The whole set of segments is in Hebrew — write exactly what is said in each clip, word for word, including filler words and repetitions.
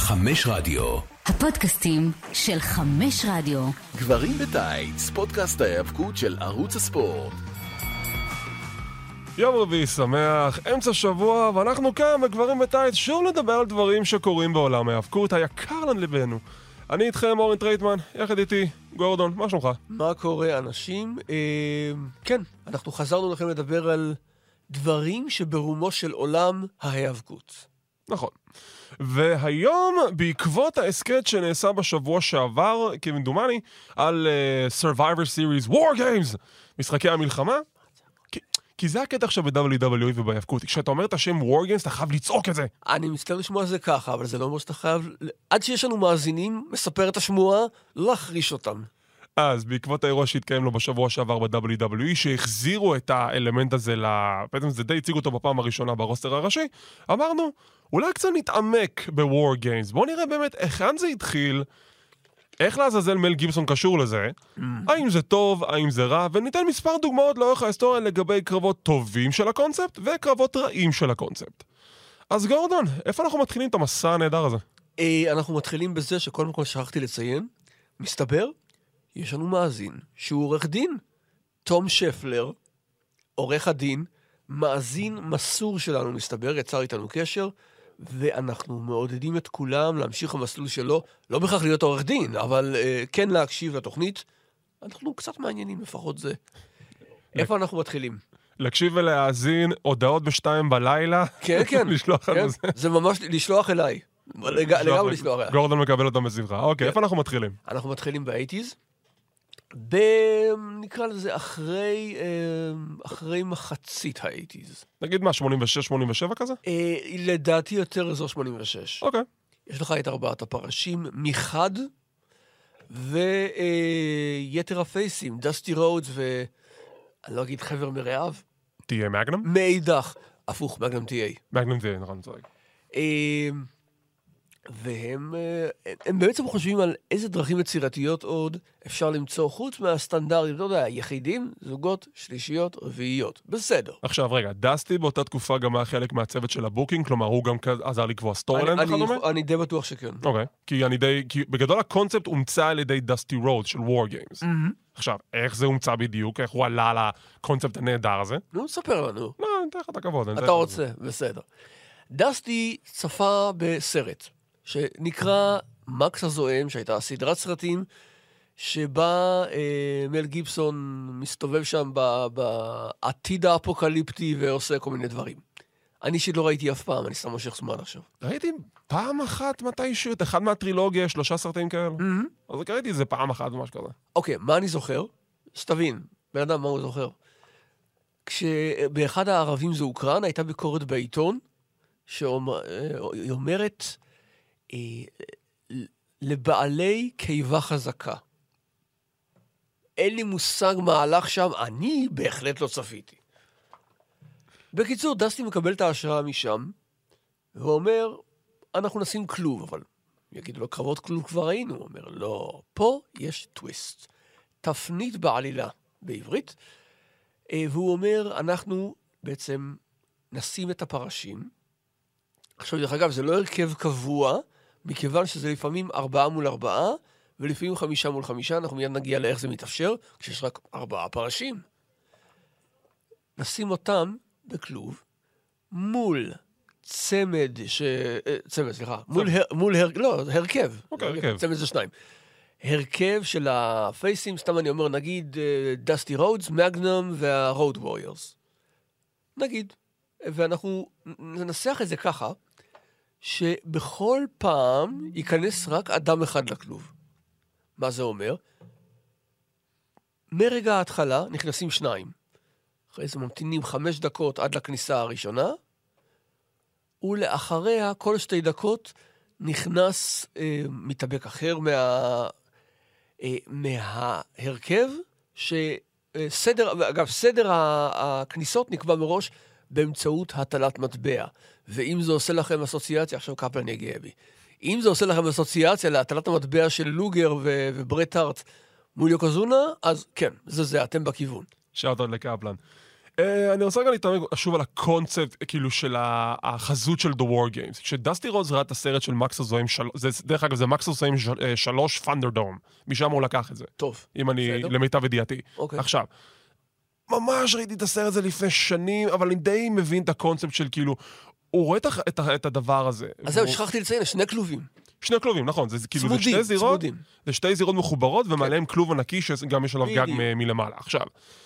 חמש רדיו. הפודקאסטים של חמש רדיו. גברים בטייץ, פודקאסט ההיאבקות של ערוץ הספורט. יום רביעי שמח, אמצע שבוע, ואנחנו כאן בגברים בטייץ שוב לדבר על דברים שקורים בעולם ההיאבקות היקר ללבנו. אני איתכם אורן טרייטמן, יחד איתי גורדון, מה שלומך? מה קורה אנשים? אה, כן, אנחנו חזרנו לכם לדבר על דברים שברומו של עולם ההיאבקות. נכון. והיום, בעקבות ההסקט שנעשה בשבוע שעבר, כמדומני, על uh, Survivor Series War Games, משחקי המלחמה, כי, כי זה הקטע עכשיו ב-דאבליו דאבליו אי ובהיאבקות. כשאתה אומר את השם War Games, אתה חייב לצעוק את זה. אני מצטער לשמוע את זה ככה, אבל זה לא אומר שאתה חייב... עד שיש לנו מאזינים, מספר את השמועה, לא להחריש אותם. אז בעקבות האירוע שהתקיים לו בשבוע שעבר ב-דאבליו דאבליו אי, שהחזירו את האלמנט הזה, בעצם זה די הציגו אותו בפעם הראשונה ברוסטר הראשי, אמרנו, אולי קצת נתעמק ב-War Games. בואו נראה באמת היכן זה התחיל, איך לעזאזל מל גיבסון קשור לזה, mm. האם זה טוב, האם זה רע, וניתן מספר דוגמאות לאורך ההיסטוריה לגבי קרבות טובים של הקונספט וקרבות רעים של הקונספט. אז גורדון, איפה אנחנו מתחילים את המסע הנהדר הזה? אה, אנחנו מתחילים בזה שקודם כל שכחתי לציין, מסתבר, יש לנו מאזין שהוא עורך דין, תום שפלר, עורך הדין, מאזין מסור שלנו מסתבר, יצר איתנו קשר, ואנחנו מעודדים את כולם להמשיך המסלול שלו, לא בכך להיות עורך דין, אבל uh, כן להקשיב לתוכנית. אנחנו קצת מעניינים, לפחות זה. איפה אנחנו מתחילים? להקשיב ולהאזין הודעות בשתיים בלילה? כן, כן. לשלוח לנו זה. זה ממש לשלוח אליי. לגמרי לשלוח אליי. גורדון מקבל אותם בשמחה. אוקיי, איפה אנחנו מתחילים? אנחנו מתחילים ב-שמונים. ב... נקרא לזה אחרי, אחרי מחצית ה-שמונים. נגיד מה, שמונים ושש שמונים ושבע כזה? אה, לדעתי יותר אזור שמונים ושש. אוקיי. יש לך את ארבעת הפרשים מחד, ויתר הפייסים, דסטי רודס ו... אני לא אגיד חבר מרעיו. תהיה מגנם? מאידך. הפוך, מגנם תהיה. מגנם תהיה, נכון, צודק. אה... והם הם בעצם חושבים על איזה דרכים יצירתיות עוד אפשר למצוא חוץ מהסטנדרטים, לא יודע, יחידים, זוגות, שלישיות, רביעיות. בסדר. עכשיו רגע, דסטי באותה תקופה גם היה חלק מהצוות של הבוקינג, כלומר הוא גם עזר לקבוע סטורילנד וכדומה? אני די בטוח שכן. אוקיי, כי אני די, כי בגדול הקונספט הומצא על ידי דסטי רודס של War Games. עכשיו, איך זה הומצא בדיוק? איך הוא עלה על הקונספט הנהדר הזה? נו, ספר לנו. לא, אני אתן לך את הכבוד. אתה רוצה, בסדר. דסטי צפה בסרט. שנקרא מקס הזוהם, שהייתה סדרת סרטים, שבה אה, מל גיבסון מסתובב שם ב, בעתיד האפוקליפטי ועושה כל מיני דברים. אני אישית לא ראיתי אף פעם, אני סתם מושך זמן עכשיו. ראיתי פעם אחת מתישהו, את אחד מהטרילוגיה, שלושה סרטים כאלו. Mm-hmm. אז ראיתי את זה פעם אחת ממש כזה. אוקיי, מה אני זוכר? שתבין, בן אדם, מה הוא זוכר? כשבאחד הערבים זה אוקראן, הייתה ביקורת בעיתון, שהיא אומרת... לבעלי קיבה חזקה. אין לי מושג מה הלך שם, אני בהחלט לא צפיתי. בקיצור, דסטי מקבל את ההשראה משם, ואומר, אנחנו נשים כלוב, אבל יגידו לו, קרבות כלוב כבר היינו. הוא אומר, לא, פה יש טוויסט. תפנית בעלילה בעברית, והוא אומר, אנחנו בעצם נשים את הפרשים. עכשיו, דרך אגב, זה לא הרכב קבוע, מכיוון שזה לפעמים ארבעה מול ארבעה, ולפעמים חמישה מול חמישה, אנחנו מיד נגיע לאיך זה מתאפשר, כשיש רק ארבעה פרשים. נשים אותם בכלוב, מול צמד, ש... צמד, סליחה, מול, הר... מול הר... לא, הרכב. אוקיי, הרכב. צמד זה שניים. הרכב של הפייסים, סתם אני אומר, נגיד, דסטי רודס, מגנם והרוד ווריורס. נגיד. ואנחנו ננסח את זה ככה, שבכל פעם ייכנס רק אדם אחד לכלוב. מה זה אומר? מרגע ההתחלה נכנסים שניים. אחרי זה ממתינים חמש דקות עד לכניסה הראשונה, ולאחריה כל שתי דקות נכנס אה, מתאבק אחר מה, אה, מההרכב, שסדר, אגב, סדר הכניסות נקבע מראש באמצעות הטלת מטבע. ואם זה עושה לכם אסוציאציה, עכשיו קפלן יגיע בי, אם זה עושה לכם אסוציאציה להטלת המטבע של לוגר ו- וברט הארט מול יוקוזונה, אז כן, זה זה, אתם בכיוון. שאוט עוד לקפלן. אני רוצה רגע להתעמק שוב על הקונספט, כאילו, של החזות של The War Games. כשדסטי רודס ראה את הסרט של מקס הזוהים, דרך אגב, זה מקס הזוהים שלוש פנדרדום, משם הוא לקח את זה. טוב. אם אני, למיטב ידיעתי. עכשיו, ממש ראיתי את הסרט הזה לפני שנים, אבל אני די מבין את הקונספט של כאילו, הוא רואה את הדבר הזה. אז זהו, שכחתי לציין, שני כלובים. שני כלובים, נכון. זה כאילו, זה שתי זירות, זה שתי זירות מחוברות, ומעליהם כלוב ענקי שגם יש עליו גג מלמעלה. עכשיו,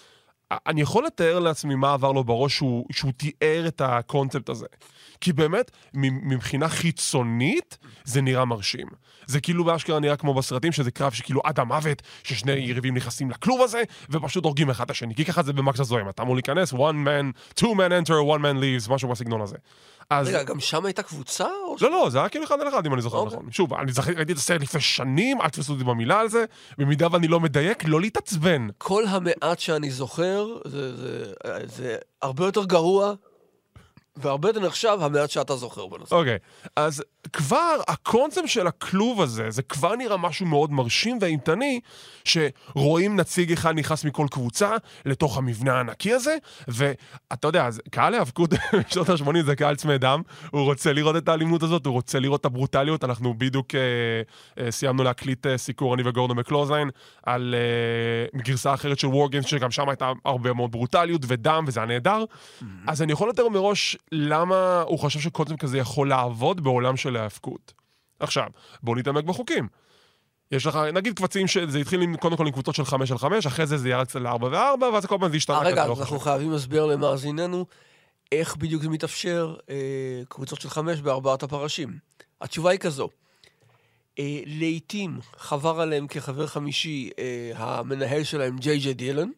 אני יכול לתאר לעצמי מה עבר לו בראש שהוא, שהוא תיאר את הקונספט הזה. כי באמת, מבחינה חיצונית, זה נראה מרשים. זה כאילו באשכרה נראה כמו בסרטים, שזה קרב שכאילו עד המוות, ששני יריבים נכנסים לכלוב הזה, ופשוט הורגים אחד את השני. כי ככה זה במקס הזוהים, אתה אמור להיכנס, one man, two man enter, one man leaves, משהו בסגנון הזה. אז... רגע, גם שם הייתה קבוצה? או... לא, לא, זה היה כאילו אחד על אחד, אם אני זוכר נכון. שוב, אני ראיתי את הסרט לפני שנים, אל תפסו אותי במילה על זה, במידה ואני לא מדייק, לא להתעצבן. כל המעט שאני זוכר, זה, זה, זה הרבה יותר גרוע, והרבה יותר נחשב המעט שאתה זוכר בנושא. אוקיי, אז כבר הקונספט של הכלוב הזה, זה כבר נראה משהו מאוד מרשים ואימתני, שרואים נציג אחד נכנס מכל קבוצה לתוך המבנה הענקי הזה, ואתה יודע, קהל ההאבקות בשנות ה-שמונים זה קהל צמא דם, הוא רוצה לראות את האלימות הזאת, הוא רוצה לראות את הברוטליות, אנחנו בדיוק אה, אה, סיימנו להקליט אה, סיקור, אני וגורדון מקלוזליין, על אה, גרסה אחרת של War Games, שגם שם הייתה הרבה מאוד ברוטליות ודם, וזה היה נהדר. Mm-hmm. אז אני יכול לתאר מראש למה הוא חושב שקונספט כזה יכול לעבוד בעולם של ההאבקות. עכשיו, בואו נתעמק בחוקים. יש לך, נגיד קבצים שזה התחיל עם, קודם כל עם קבוצות של חמש על חמש, אחרי זה זה ירד קצת לארבע וארבע, ואז כל פעם זה השתנה. רגע, אז אנחנו חייבים להסביר למאזיננו, איך בדיוק זה מתאפשר אה, קבוצות של חמש בארבעת הפרשים. התשובה היא כזו, אה, לעתים חבר עליהם כחבר חמישי אה, המנהל שלהם ג'יי ג'יי דילן,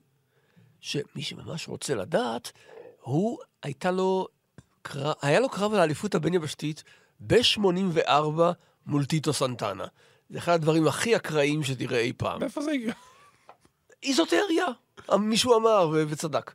שמי שממש רוצה לדעת, הוא הייתה לו, קרב, היה לו קרב על האליפות הבין יבשתית ב-שמונים וארבע מול טיטו סנטנה. זה אחד הדברים הכי אקראיים שתראה אי פעם. מאיפה זה הגיע? איזוטריה, מישהו אמר ו- וצדק.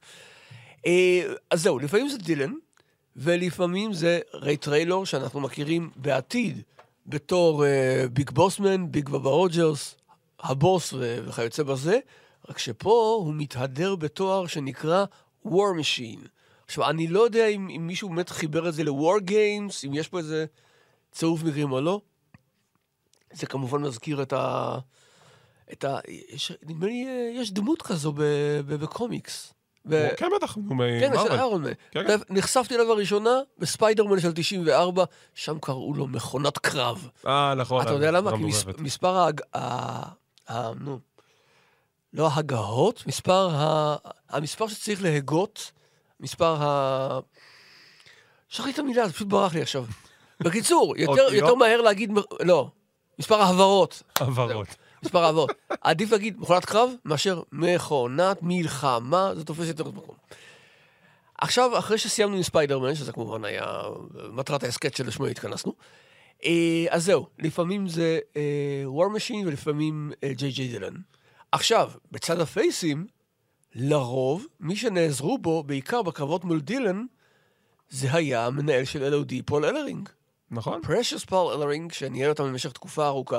אז זהו, לפעמים זה דילן, ולפעמים זה ריי טריילור, שאנחנו מכירים בעתיד, בתור ביג בוסמן, ביג בבא רוג'רס, הבוס ו- וכיוצא בזה, רק שפה הוא מתהדר בתואר שנקרא War Machine. עכשיו, אני לא יודע אם, אם מישהו באמת חיבר את זה ל-War Games, אם יש פה איזה צירוף מקרים או לא. זה כמובן מזכיר את ה... את ה... יש, נדמה לי, יש דמות כזו ב, ב, בקומיקס. ב... כן, בטח. כן, של איירון מן. כן, כן. נחשפתי אליו הראשונה בספיידרמן של תשעים וארבע, שם קראו לו מכונת קרב. אה, נכון. אתה יודע למה? כי מס, מספר ה... ה... ה... נו... לא ההגהות, מספר ה... המספר שצריך להגות, מספר ה... שכחתי את המילה, זה פשוט ברח לי עכשיו. בקיצור, יותר, יותר מהר להגיד... לא. מספר העברות. העברות. מספר העברות. עדיף להגיד מכונת קרב, מאשר מכונת מלחמה, זה תופס יותר מקום. עכשיו, אחרי שסיימנו עם ספיידרמן, שזה כמובן היה מטרת ההסקט שלשמו התכנסנו, אז זהו, לפעמים זה War Machine ולפעמים ג'יי ג'יי דילן. עכשיו, בצד הפייסים, לרוב, מי שנעזרו בו, בעיקר בקרבות מול דילן, זה היה המנהל של אל או די, פול אלרינג. נכון. פרשיוס פול אלרינג, שניהל אותם במשך תקופה ארוכה,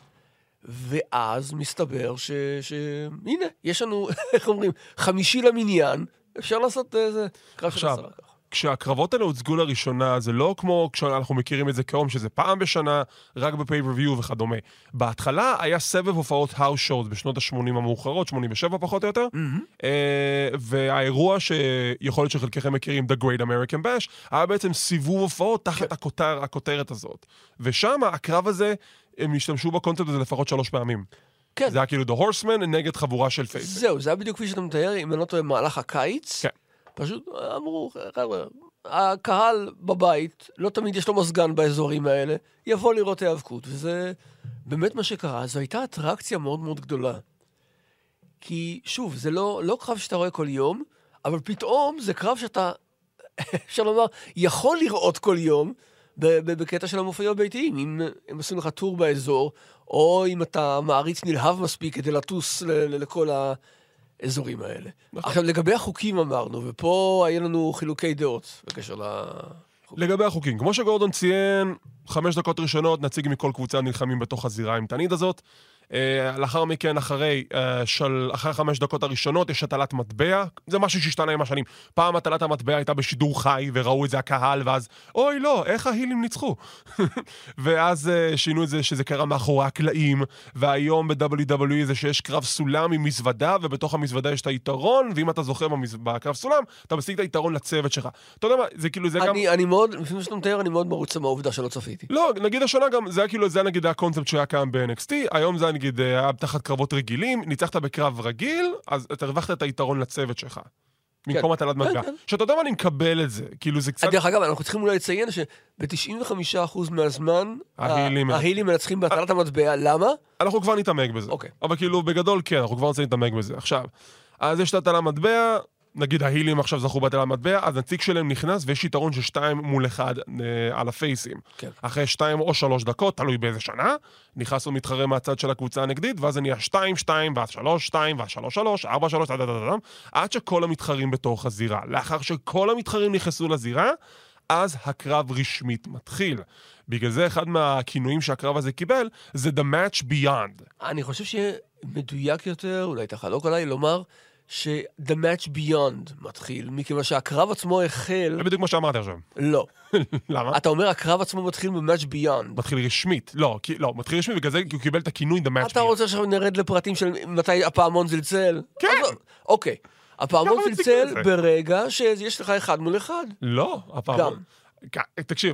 ואז מסתבר ש... ש... הנה, יש לנו, איך אומרים, חמישי למניין, אפשר לעשות איזה קרב של עשרה ככה. כשהקרבות האלה הוצגו לראשונה, זה לא כמו כשאנחנו מכירים את זה כיום, שזה פעם בשנה, רק בפייפריוויו וכדומה. בהתחלה היה סבב הופעות האוס שואוז בשנות ה-שמונים המאוחרות, שמונים ושבע פחות או יותר, mm-hmm. והאירוע שיכול להיות שחלקכם מכירים, The Great American Bash, היה בעצם סיבוב הופעות תחת הכותר, הכותרת הזאת. ושם הקרב הזה, הם השתמשו בקונספט הזה לפחות שלוש פעמים. כן. זה היה כאילו The Horseman נגד חבורה של פייס. זהו, זה היה בדיוק כפי שאתה מתאר, אם אני לא טועה, מהלך הקיץ. כן. פשוט אמרו, חבר'ה, הקהל בבית, לא תמיד יש לו מזגן באזורים האלה, יבוא לראות האבקות, וזה באמת מה שקרה. זו הייתה אטרקציה מאוד מאוד גדולה. כי, שוב, זה לא, לא קרב שאתה רואה כל יום, אבל פתאום זה קרב שאתה, אפשר לומר, יכול לראות כל יום, בקטע של המופעים הביתיים, אם הם עושים לך טור באזור, או אם אתה מעריץ נלהב מספיק כדי לטוס לכל ה... אזורים האלה. נכון. עכשיו, לגבי החוקים אמרנו, ופה היה לנו חילוקי דעות בקשר לחוקים. לגבי החוקים, כמו שגורדון ציין, חמש דקות ראשונות, נציג מכל קבוצה נלחמים בתוך הזירה האימתנית הזאת. לאחר מכן, אחרי, של, אחרי חמש דקות הראשונות, יש הטלת מטבע. זה משהו שהשתנה עם השנים. פעם הטלת המטבע הייתה בשידור חי, וראו את זה הקהל, ואז, אוי לא, איך ההילים ניצחו? ואז שינו את זה שזה קרה מאחורי הקלעים, והיום ב-דאבליו דאבליו אי זה שיש קרב סולם עם מזוודה, ובתוך המזוודה יש את היתרון, ואם אתה זוכר בקרב סולם, אתה משיג את היתרון לצוות שלך. אתה יודע מה, זה כאילו, זה אני, גם... אני מאוד, לפי מה שאתה מתאר, אני מאוד מרוצה מהעובדה שלא צפיתי. לא, נגיד השנה גם, זה היה כאילו, זה היה נגיד הקונספט שהיה קיים ב-אן אקס טי, היום זה נגיד, היה תחת קרבות רגילים, ניצחת בקרב רגיל, אז אתה הרווחת את היתרון לצוות שלך. במקום הטלת מטבע. שאתה יודע מה, אני מקבל את זה. כאילו זה קצת... דרך אגב, אנחנו צריכים אולי לציין שב-תשעים וחמישה אחוז מהזמן, ההילים מנצחים בהטלת המטבע. למה? אנחנו כבר נתעמק בזה. אבל כאילו, בגדול כן, אנחנו כבר רוצים להתעמק בזה. עכשיו, אז יש את הטלת מטבע, נגיד ההילים עכשיו זכו בהטלת מטבע, אז נציג שלהם נכנס ויש יתרון של שתיים מול אחד אה, על הפייסים. כן. אחרי שתיים או שלוש דקות, תלוי באיזה שנה, נכנס לו מתחרה מהצד של הקבוצה הנגדית, ואז זה נהיה שתיים, שתיים, ואז שלוש, שתיים, ואז שלוש, שלוש, ארבע, שלוש, עד עד עד עד, עד שכל המתחרים בתוך הזירה. לאחר שכל המתחרים נכנסו לזירה, אז הקרב רשמית מתחיל. בגלל זה אחד מהכינויים שהקרב הזה קיבל, זה The Match Beyond. אני חושב שמדויק יותר, אולי תחלוק עליי, לומר ש-The Match Beyond מתחיל, מכיוון שהקרב עצמו החל... זה בדיוק מה שאמרתי עכשיו. לא. למה? אתה אומר, הקרב עצמו מתחיל ב-Match Beyond. מתחיל רשמית. לא, כי, לא, מתחיל רשמית, בגלל זה הוא קיבל את הכינוי The Match Beyond. אתה רוצה עכשיו נרד לפרטים של מתי הפעמון זלצל? כן. אז, אוקיי. הפעמון זלצל ברגע שיש לך אחד מול אחד. לא, הפעמון... תקשיב,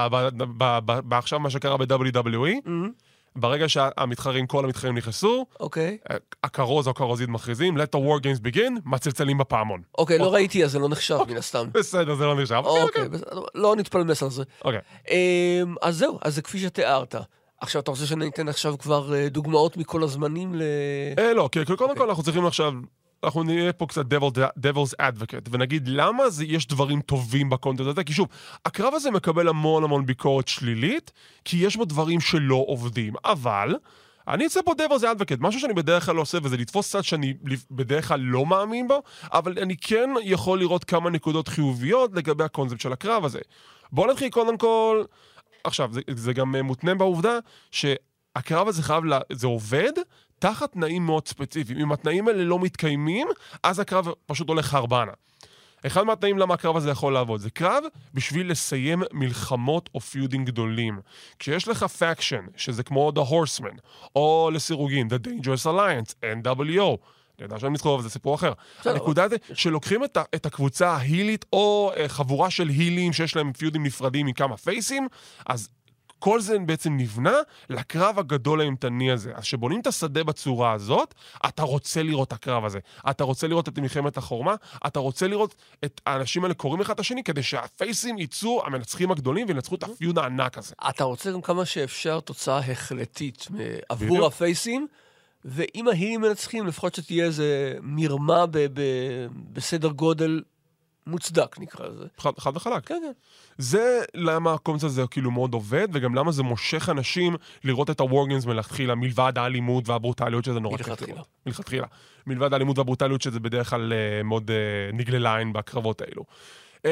עכשיו מה שקרה ב-דאבליו דאבליו אי, ברגע שהמתחרים, כל המתחרים נכנסו, אוקיי. הכרוז או הכרוזית מכריזים, let the war games begin, מצלצלים בפעמון. אוקיי, לא ראיתי, אז זה לא נחשב מן הסתם. בסדר, זה לא נחשב. אוקיי, לא נתפלמס על זה. אוקיי. אז זהו, אז זה כפי שתיארת. עכשיו, אתה רוצה שניתן עכשיו כבר דוגמאות מכל הזמנים ל... לא, כי קודם כל אנחנו צריכים עכשיו... אנחנו נהיה פה קצת devil's advocate, ונגיד למה זה, יש דברים טובים בקונטנט הזה, כי שוב, הקרב הזה מקבל המון המון ביקורת שלילית, כי יש בו דברים שלא עובדים, אבל אני אצא פה devil's advocate, משהו שאני בדרך כלל לא עושה, וזה לתפוס צד שאני בדרך כלל לא מאמין בו, אבל אני כן יכול לראות כמה נקודות חיוביות לגבי הקונספט של הקרב הזה. בואו נתחיל קודם כל, עכשיו, זה, זה גם מותנה בעובדה שהקרב הזה חייב, לה, זה עובד, תחת תנאים מאוד ספציפיים. אם התנאים האלה לא מתקיימים, אז הקרב פשוט הולך חרבנה. אחד מהתנאים למה הקרב הזה יכול לעבוד, זה קרב בשביל לסיים מלחמות או פיודים גדולים. כשיש לך פאקשן, שזה כמו The Horseman, או לסירוגין, The Dangerous Alliance, אן דאבליו או, אני יודע שאני מתחוב, זה סיפור אחר. הנקודה זה שלוקחים את, את הקבוצה ההילית, או חבורה של הילים שיש להם פיודים נפרדים מכמה פייסים, אז כל זה בעצם נבנה לקרב הגדול האימתני הזה. אז שבונים את השדה בצורה הזאת, אתה רוצה לראות את הקרב הזה. אתה רוצה לראות את מלחמת החורמה, אתה רוצה לראות את האנשים האלה קוראים אחד את השני, כדי שהפייסים ייצאו המנצחים הגדולים וינצחו את הפיוד הענק הזה. אתה רוצה גם כמה שאפשר תוצאה החלטית עבור הפייסים, ואם ההילים מנצחים, לפחות שתהיה איזה מרמה ב- ב- בסדר גודל מוצדק, נקרא לזה. חד, חד וחלק. כן, כן. זה למה הקונספט הזה כאילו מאוד עובד, וגם למה זה מושך אנשים לראות את הורגיימס מלכתחילה, מלבד האלימות והברוטליות שזה נורא כיף לראות. מלכתחילה. מלבד האלימות והברוטליות שזה בדרך כלל uh, מאוד uh, נגלה לעין בקרבות האלו. Um,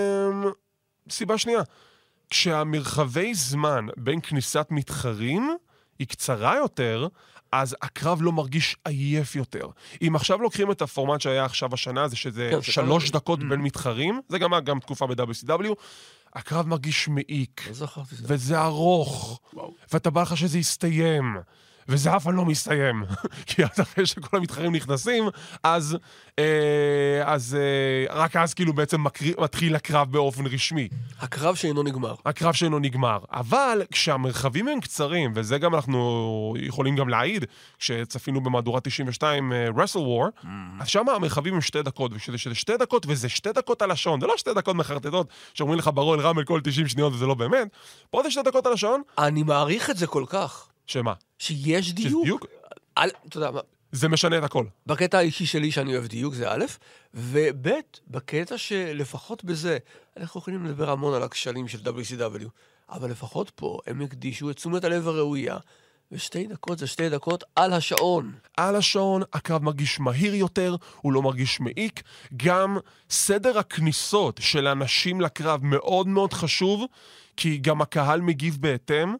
סיבה שנייה, כשהמרחבי זמן בין כניסת מתחרים היא קצרה יותר, אז הקרב לא מרגיש עייף יותר. אם עכשיו לוקחים את הפורמט שהיה עכשיו השנה, זה שזה כן, שלוש זה דקות בין מתחרים, זה גם, גם תקופה ב-דאבליו סי דאבליו, הקרב מרגיש מעיק, וזה ארוך, וואו. ואתה בא לך שזה יסתיים, וזה אף פעם לא מסתיים, כי אז אחרי שכל המתחרים נכנסים, אז, אה, אז אה, רק אז כאילו בעצם מקרי, מתחיל הקרב באופן רשמי. הקרב שאינו נגמר. הקרב שאינו נגמר. אבל כשהמרחבים הם קצרים, וזה גם אנחנו יכולים גם להעיד, כשצפינו במהדורה תשעים ושתיים Wrestle War, mm. אז שם המרחבים הם שתי דקות, ושזה שזה שתי דקות, וזה שתי דקות על השעון, זה לא שתי דקות מחרטטות, שאומרים לך ברול רמל כל תשעים שניות, וזה לא באמת. פה זה שתי דקות על השעון. אני מעריך את זה כל כך. שמה? שיש דיוק. דיוק? על, אתה יודע מה? זה משנה את הכל. בקטע האישי שלי שאני אוהב דיוק, זה א', וב', בקטע שלפחות בזה, אנחנו יכולים לדבר המון על הכשלים של דאבליו סי דאבליו, אבל לפחות פה הם הקדישו את תשומת הלב הראויה, ושתי דקות זה שתי דקות על השעון. על השעון, הקרב מרגיש מהיר יותר, הוא לא מרגיש מעיק. גם סדר הכניסות של האנשים לקרב מאוד מאוד חשוב, כי גם הקהל מגיב בהתאם,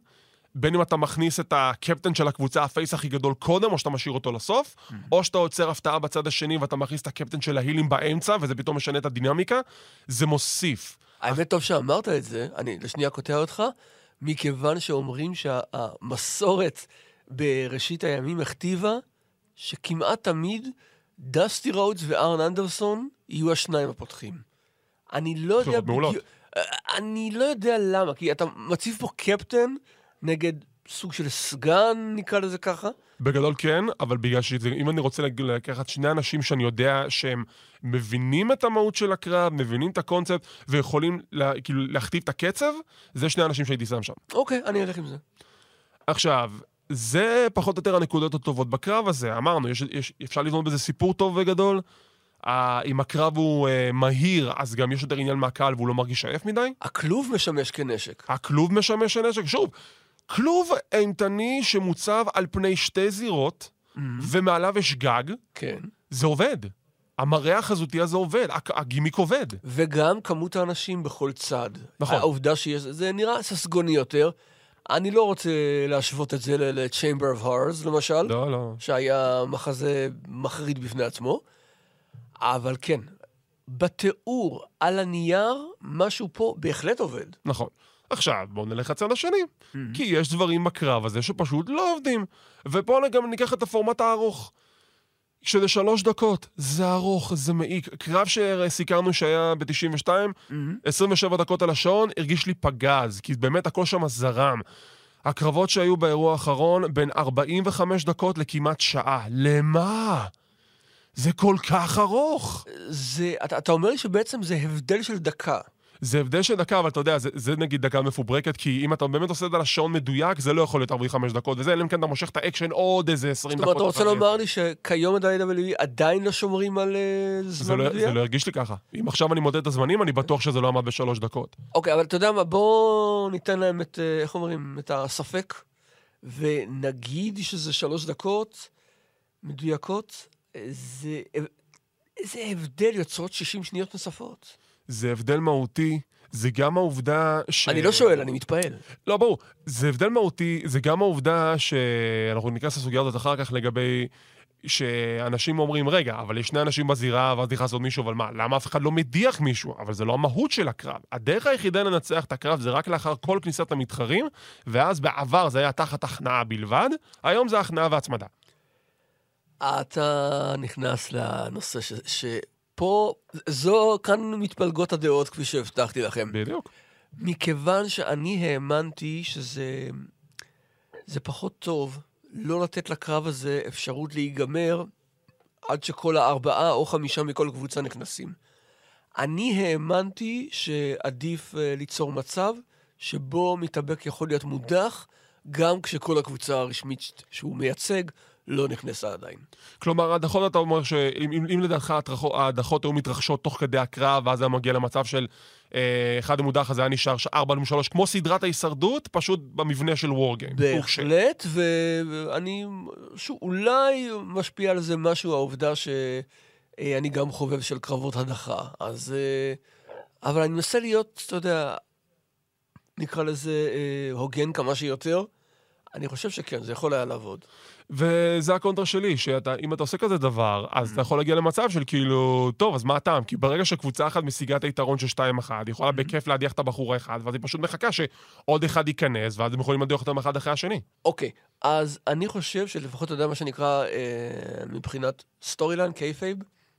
בין אם אתה מכניס את הקפטן של הקבוצה, הפייס הכי גדול קודם, או שאתה משאיר אותו לסוף, mm-hmm. או שאתה עוצר הפתעה בצד השני, ואתה מכניס את הקפטן של ההילים באמצע, וזה פתאום משנה את הדינמיקה, זה מוסיף. האמת טוב שאמרת את זה, אני לשנייה קוטע אותך, מכיוון שאומרים שהמסורת בראשית הימים הכתיבה, שכמעט תמיד דסטי רודס וארן אנדרסון יהיו השניים הפותחים. אני לא יודע בדיוק... אני לא יודע למה, כי אתה מציב פה קפטן נגד סוג של סגן, נקרא לזה ככה. בגדול כן, אבל בגלל שאם אני רוצה לקחת שני אנשים שאני יודע שהם מבינים את המהות של הקרב, מבינים את הקונספט, ויכולים לה, כאילו, להכתיב את הקצב, זה שני אנשים שהייתי שם שם. אוקיי, אני אלך עם זה. עכשיו, זה פחות או יותר הנקודות הטובות בקרב הזה. אמרנו, יש, יש, אפשר לבנות בזה סיפור טוב וגדול, אם הקרב הוא uh, מהיר, אז גם יש יותר עניין מהקהל והוא לא מרגיש עייף מדי. הכלוב משמש כנשק. הכלוב משמש כנשק. שוב, כלוב אימתני שמוצב על פני שתי זירות, mm-hmm. ומעליו יש גג, כן. זה עובד. המראה החזותי הזה עובד, הגימיק עובד. וגם כמות האנשים בכל צד. נכון. העובדה שיש, זה נראה ססגוני יותר. אני לא רוצה להשוות את זה ל-Chamber of Horrors, למשל. לא, לא. שהיה מחזה מחריד בפני עצמו. אבל כן, בתיאור על הנייר, משהו פה בהחלט עובד. נכון. עכשיו, בואו נלך לצד השני. Mm-hmm. כי יש דברים בקרב הזה שפשוט לא עובדים. ופה גם ניקח את הפורמט הארוך. שזה שלוש דקות, זה ארוך, זה מעיק. קרב שסיכרנו שהיה ב-תשעים ושתיים, mm-hmm. עשרים ושבע דקות על השעון, הרגיש לי פגז, כי באמת הכל שם זרם. הקרבות שהיו באירוע האחרון, בין ארבעים וחמש דקות לכמעט שעה. למה? זה כל כך ארוך. זה, אתה, אתה אומר לי שבעצם זה הבדל של דקה. זה הבדל של דקה, אבל אתה יודע, זה, זה נגיד דקה מפוברקת, כי אם אתה באמת עושה את זה על השעון מדויק, זה לא יכול להיות ארבעים וחמש דקות, וזה אלא אם כן אתה מושך את האקשן עוד איזה עשרים דקות. זאת אומרת, אתה רוצה לומר לי שכיום ה-דאבליו דאבליו אי עדיין לא שומרים על זמן מדויק? מדויק? זה לא הרגיש לי ככה. אם עכשיו אני מודד את הזמנים, אני בטוח שזה לא עמד בשלוש דקות. אוקיי, אבל אתה יודע מה, בוא ניתן להם את, איך אומרים, את הספק, ונגיד שזה שלוש דקות מדויקות, זה... איזה הבדל יוצרות שישים שניות נוספות. זה הבדל מהותי, זה גם העובדה ש... אני לא שואל, אני מתפעל. לא, ברור. זה הבדל מהותי, זה גם העובדה שאנחנו ניכנס לסוגיה הזאת אחר כך לגבי שאנשים אומרים, רגע, אבל יש שני אנשים בזירה, ואז נכנס עוד מישהו, אבל מה, למה אף אחד לא מדיח מישהו? אבל זה לא המהות של הקרב. הדרך היחידה לנצח את הקרב זה רק לאחר כל כניסת המתחרים, ואז בעבר זה היה תחת הכנעה בלבד, היום זה הכנעה והצמדה. אתה נכנס לנושא ש... שפה, זו, כאן מתפלגות הדעות כפי שהבטחתי לכם. בדיוק. מכיוון שאני האמנתי שזה זה פחות טוב לא לתת לקרב הזה אפשרות להיגמר עד שכל הארבעה או חמישה מכל קבוצה נכנסים. אני האמנתי שעדיף ליצור מצב שבו מתאבק יכול להיות מודח גם כשכל הקבוצה הרשמית שהוא מייצג לא נכנסה עדיין. כלומר, הדחות אתה אומר שאם אם לדעתך הדחות היו מתרחשות תוך כדי הקרב, ואז היה מגיע למצב של אה, אחד המודח הזה היה נשאר ארבע לשלוש, כמו סדרת ההישרדות, פשוט במבנה של וורגיים. בהחלט, ואני שוב, אולי משפיע על זה משהו, העובדה שאני גם חובב של קרבות הדחה. אז, אבל אני מנסה להיות, אתה יודע, נקרא לזה הוגן כמה שיותר. אני חושב שכן, זה יכול היה לעבוד. וזה הקונטרה שלי, שאם אתה עושה כזה דבר, אז אתה יכול להגיע למצב של כאילו, טוב, אז מה הטעם? כי ברגע שקבוצה אחת משיגה את היתרון של שתיים אחת, היא יכולה בכיף להדיח את הבחור האחד, ואז היא פשוט מחכה שעוד אחד ייכנס, ואז הם יכולים להדיח אותם אחד אחרי השני. אוקיי, אז אני חושב שלפחות אתה יודע מה שנקרא, מבחינת סטורי ליין, קייפייב,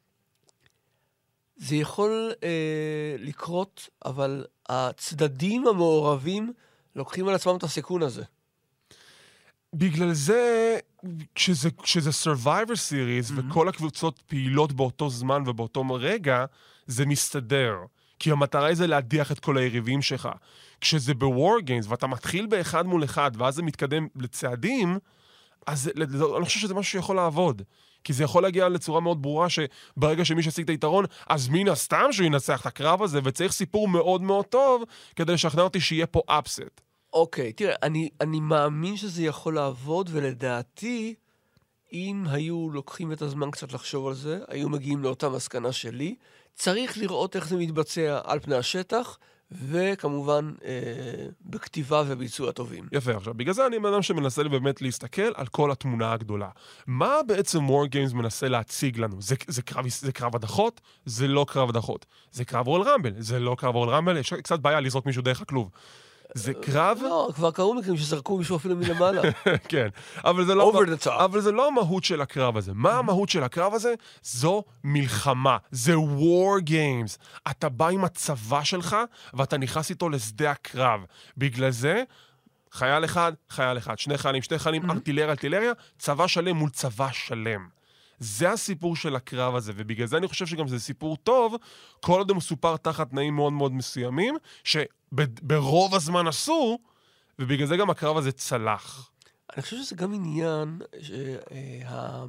זה יכול לקרות, אבל הצדדים המעורבים לוקחים על עצמם את הסיכון הזה. בגלל זה, כשזה, כשזה Survivor Series, mm-hmm. וכל הקבוצות פעילות באותו זמן ובאותו רגע, זה מסתדר. כי המטרה היא זה להדיח את כל היריבים שלך. כשזה ב-War Games, ואתה מתחיל באחד מול אחד, ואז זה מתקדם לצעדים, אז אני חושב שזה משהו שיכול לעבוד. כי זה יכול להגיע לצורה מאוד ברורה, שברגע שמי שישיג את היתרון, אז מן הסתם שהוא ינצח את הקרב הזה, וצריך סיפור מאוד מאוד טוב, כדי לשכנע אותי שיהיה פה upset. אוקיי, תראה, אני, אני מאמין שזה יכול לעבוד, ולדעתי, אם היו לוקחים את הזמן קצת לחשוב על זה, היו מגיעים לאותה מסקנה שלי, צריך לראות איך זה מתבצע על פני השטח, וכמובן אה, בכתיבה וביצוע טובים. יפה, עכשיו, בגלל זה אני אדם שמנסה באמת להסתכל על כל התמונה הגדולה. מה בעצם War Games מנסה להציג לנו? זה, זה, קרב, זה קרב הדחות? זה לא קרב הדחות. זה קרב רול רמבל? זה לא קרב רול רמבל? יש קצת בעיה לזרוק מישהו דרך הכלוב. זה קרב... לא, כבר קראו מקרים שזרקו מישהו אפילו מלמעלה. כן, אבל זה, לא, Over the top. אבל זה לא המהות של הקרב הזה. מה המהות של הקרב הזה? זו מלחמה. זה War Games. אתה בא עם הצבא שלך, ואתה נכנס איתו לשדה הקרב. בגלל זה, חייל אחד, חייל אחד. שני חיילים, שני חיילים, ארטילריה, ארטילריה, צבא שלם מול צבא שלם. זה הסיפור של הקרב הזה, ובגלל זה אני חושב שגם זה סיפור טוב, כל עוד הוא מסופר תחת תנאים מאוד מאוד מסוימים, שברוב הזמן אסור, ובגלל זה גם הקרב הזה צלח. אני חושב שזה גם עניין, שה...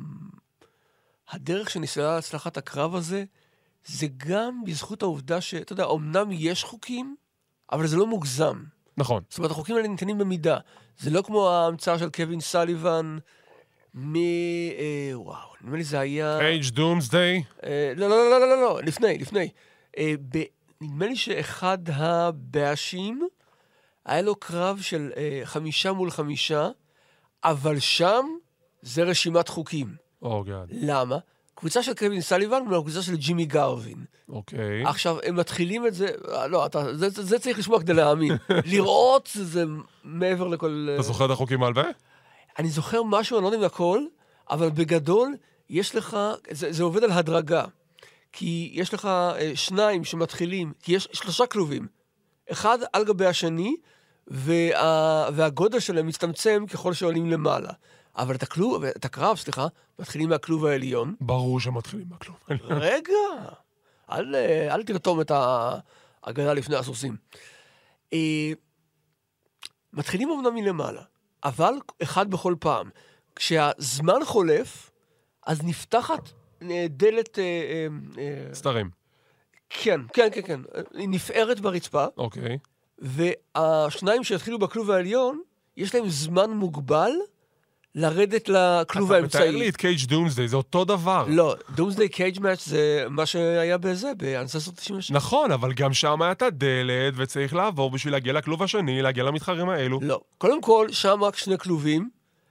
הדרך שניסלה להצלחת הקרב הזה, זה גם בזכות העובדה ש, אתה יודע, אמנם יש חוקים, אבל זה לא מוגזם. נכון. זאת אומרת, החוקים האלה ניתנים במידה. זה לא כמו ההמצאה של קווין סליבן, מ... אה, וואו, נדמה לי זה היה... Age Doomsday? אה, לא, לא, לא, לא, לא, לא, לפני, לפני. אה, ב... נדמה לי שאחד הבאשים, היה לו קרב של אה, חמישה מול חמישה, אבל שם זה רשימת חוקים. או גאד. למה? קבוצה של קווין סליבן מול קבוצה של ג'ימי גרווין. אוקיי. עכשיו, הם מתחילים את זה, לא, אתה, זה, זה צריך לשמוע כדי להאמין. לראות זה מעבר לכל... אתה זוכר את החוקים על זה? אני זוכר משהו, אני לא יודע אם הכל, אבל בגדול, יש לך, זה, זה עובד על הדרגה. כי יש לך אה, שניים שמתחילים, כי יש שלושה כלובים. אחד על גבי השני, וה, והגודל שלהם מצטמצם ככל שעולים למעלה. אבל את הכלוב, את הקרב, סליחה, מתחילים מהכלוב העליון. ברור שמתחילים מהכלוב. רגע, אל, אל תרתום את ההגנה לפני הסוסים. אה, מתחילים אומנם מלמעלה, אבל אחד בכל פעם. כשהזמן חולף, אז נפתחת דלת... אה, אה, סתרים. כן, כן, כן, כן. היא נפערת ברצפה, אוקיי. והשניים שהתחילו בכלוב העליון, יש להם זמן מוגבל לרדת לכלוב האמצעי. אתה מתאר לי את קייג' דומסדיי, זה אותו דבר. לא, דומסדיי קייג' מאץ' זה מה שהיה בזה, באנססור תשעים ושש. נכון, אבל גם שם הייתה דלת, וצריך לעבור בשביל להגיע לכלוב השני, להגיע למתחרים האלו. לא. קודם כל, שם רק שני כלובים,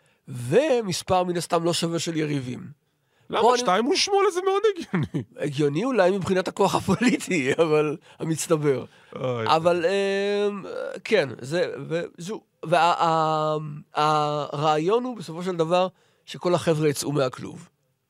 ומספר מן הסתם לא שווה של יריבים. למה? שתיים מול שמונה זה מאוד הגיוני. הגיוני אולי מבחינת הכוח הפוליטי, אבל המצטבר. אבל כן, זה, וזו, והרעיון הוא בסופו של דבר שכל החבר'ה יצאו מהכלוב.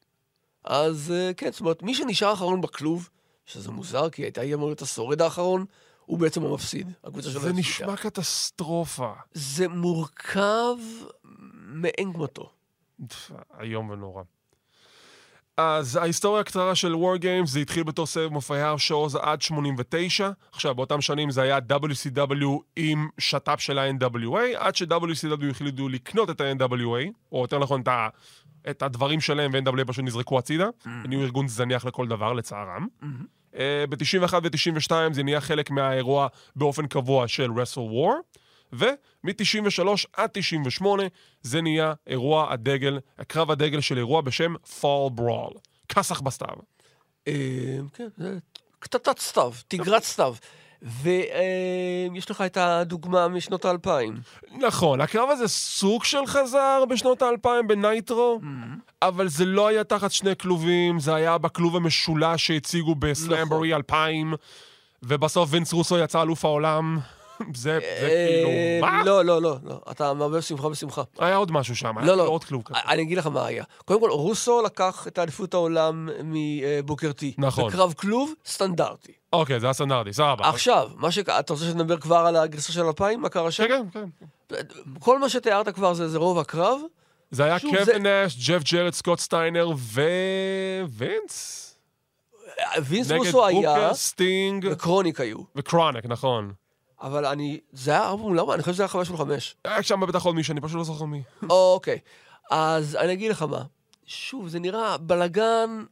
אז כן, זאת אומרת, מי שנשאר האחרון בכלוב, שזה מוזר, כי הייתה אמור להיות השורד האחרון, הוא בעצם המפסיד. זה נשמע קטסטרופה. זה מורכב מאין כמותו. היום ונורא. אז ההיסטוריה הקצרה של War Games, זה התחיל בתור סבב מופעי האוס עד שמונים ותשע. עכשיו, באותם שנים זה היה דאבליו סי דאבליו עם שטאפ של ה-אן דאבליו איי, עד ש-דאבליו סי דאבליו החליטו לקנות את ה-אן דאבליו איי, או יותר נכון, את, ה- את הדברים שלהם, ו-אן דאבליו איי פשוט נזרקו הצידה. Mm-hmm. נהיו ארגון זניח לכל דבר, לצערם. Mm-hmm. Uh, ב-תשעים ואחת ו-תשעים ושתיים זה נהיה חלק מהאירוע באופן קבוע של Wrestle War, ו-מ-תשעים ושלוש עד תשעים ושמונה זה נהיה אירוע הדגל, הקרב הדגל של אירוע בשם Fall Brawl. כסח בסתיו. כן, זה קטטת סתיו, תגרת סתיו. ויש לך את הדוגמה משנות האלפיים. נכון, הקרב הזה סוג של חזר בשנות האלפיים בנייטרו, אבל זה לא היה תחת שני כלובים, זה היה בכלוב המשולש שהציגו בסלמברי אלפיים, ובסוף וינס רוסו יצא אלוף העולם. זה כאילו... מה? לא, לא, לא, אתה מערבב שמחה בשמחה. היה עוד משהו שם, היה עוד כלוב כזה. אני אגיד לך מה היה. קודם כל, רוסו לקח את האליפות העולם מבוקרתי. נכון. בקרב כלוב סטנדרטי. אוקיי, זה היה סטנדרטי, סבבה. עכשיו, אתה רוצה שנדבר כבר על הגרסה של אלפיים? מה קרה שם? כן, כן. כל מה שתיארת כבר זה רוב הקרב. זה היה קווין נש, ג'ף ג'רד, סקוט סטיינר ווינס. וינס רוסו היה... נגד בוקר, סטינג... וקרוניק היו. וקרוניק, נכון. אבל אני... זה היה ארבע מול ארבע? אני חושב שזה היה חמש מול חמש. היה שם בטח עוד מישהו, אני פשוט לא זוכר מי. אוקיי. אז אני אגיד לך מה. שוב, זה נראה בלגן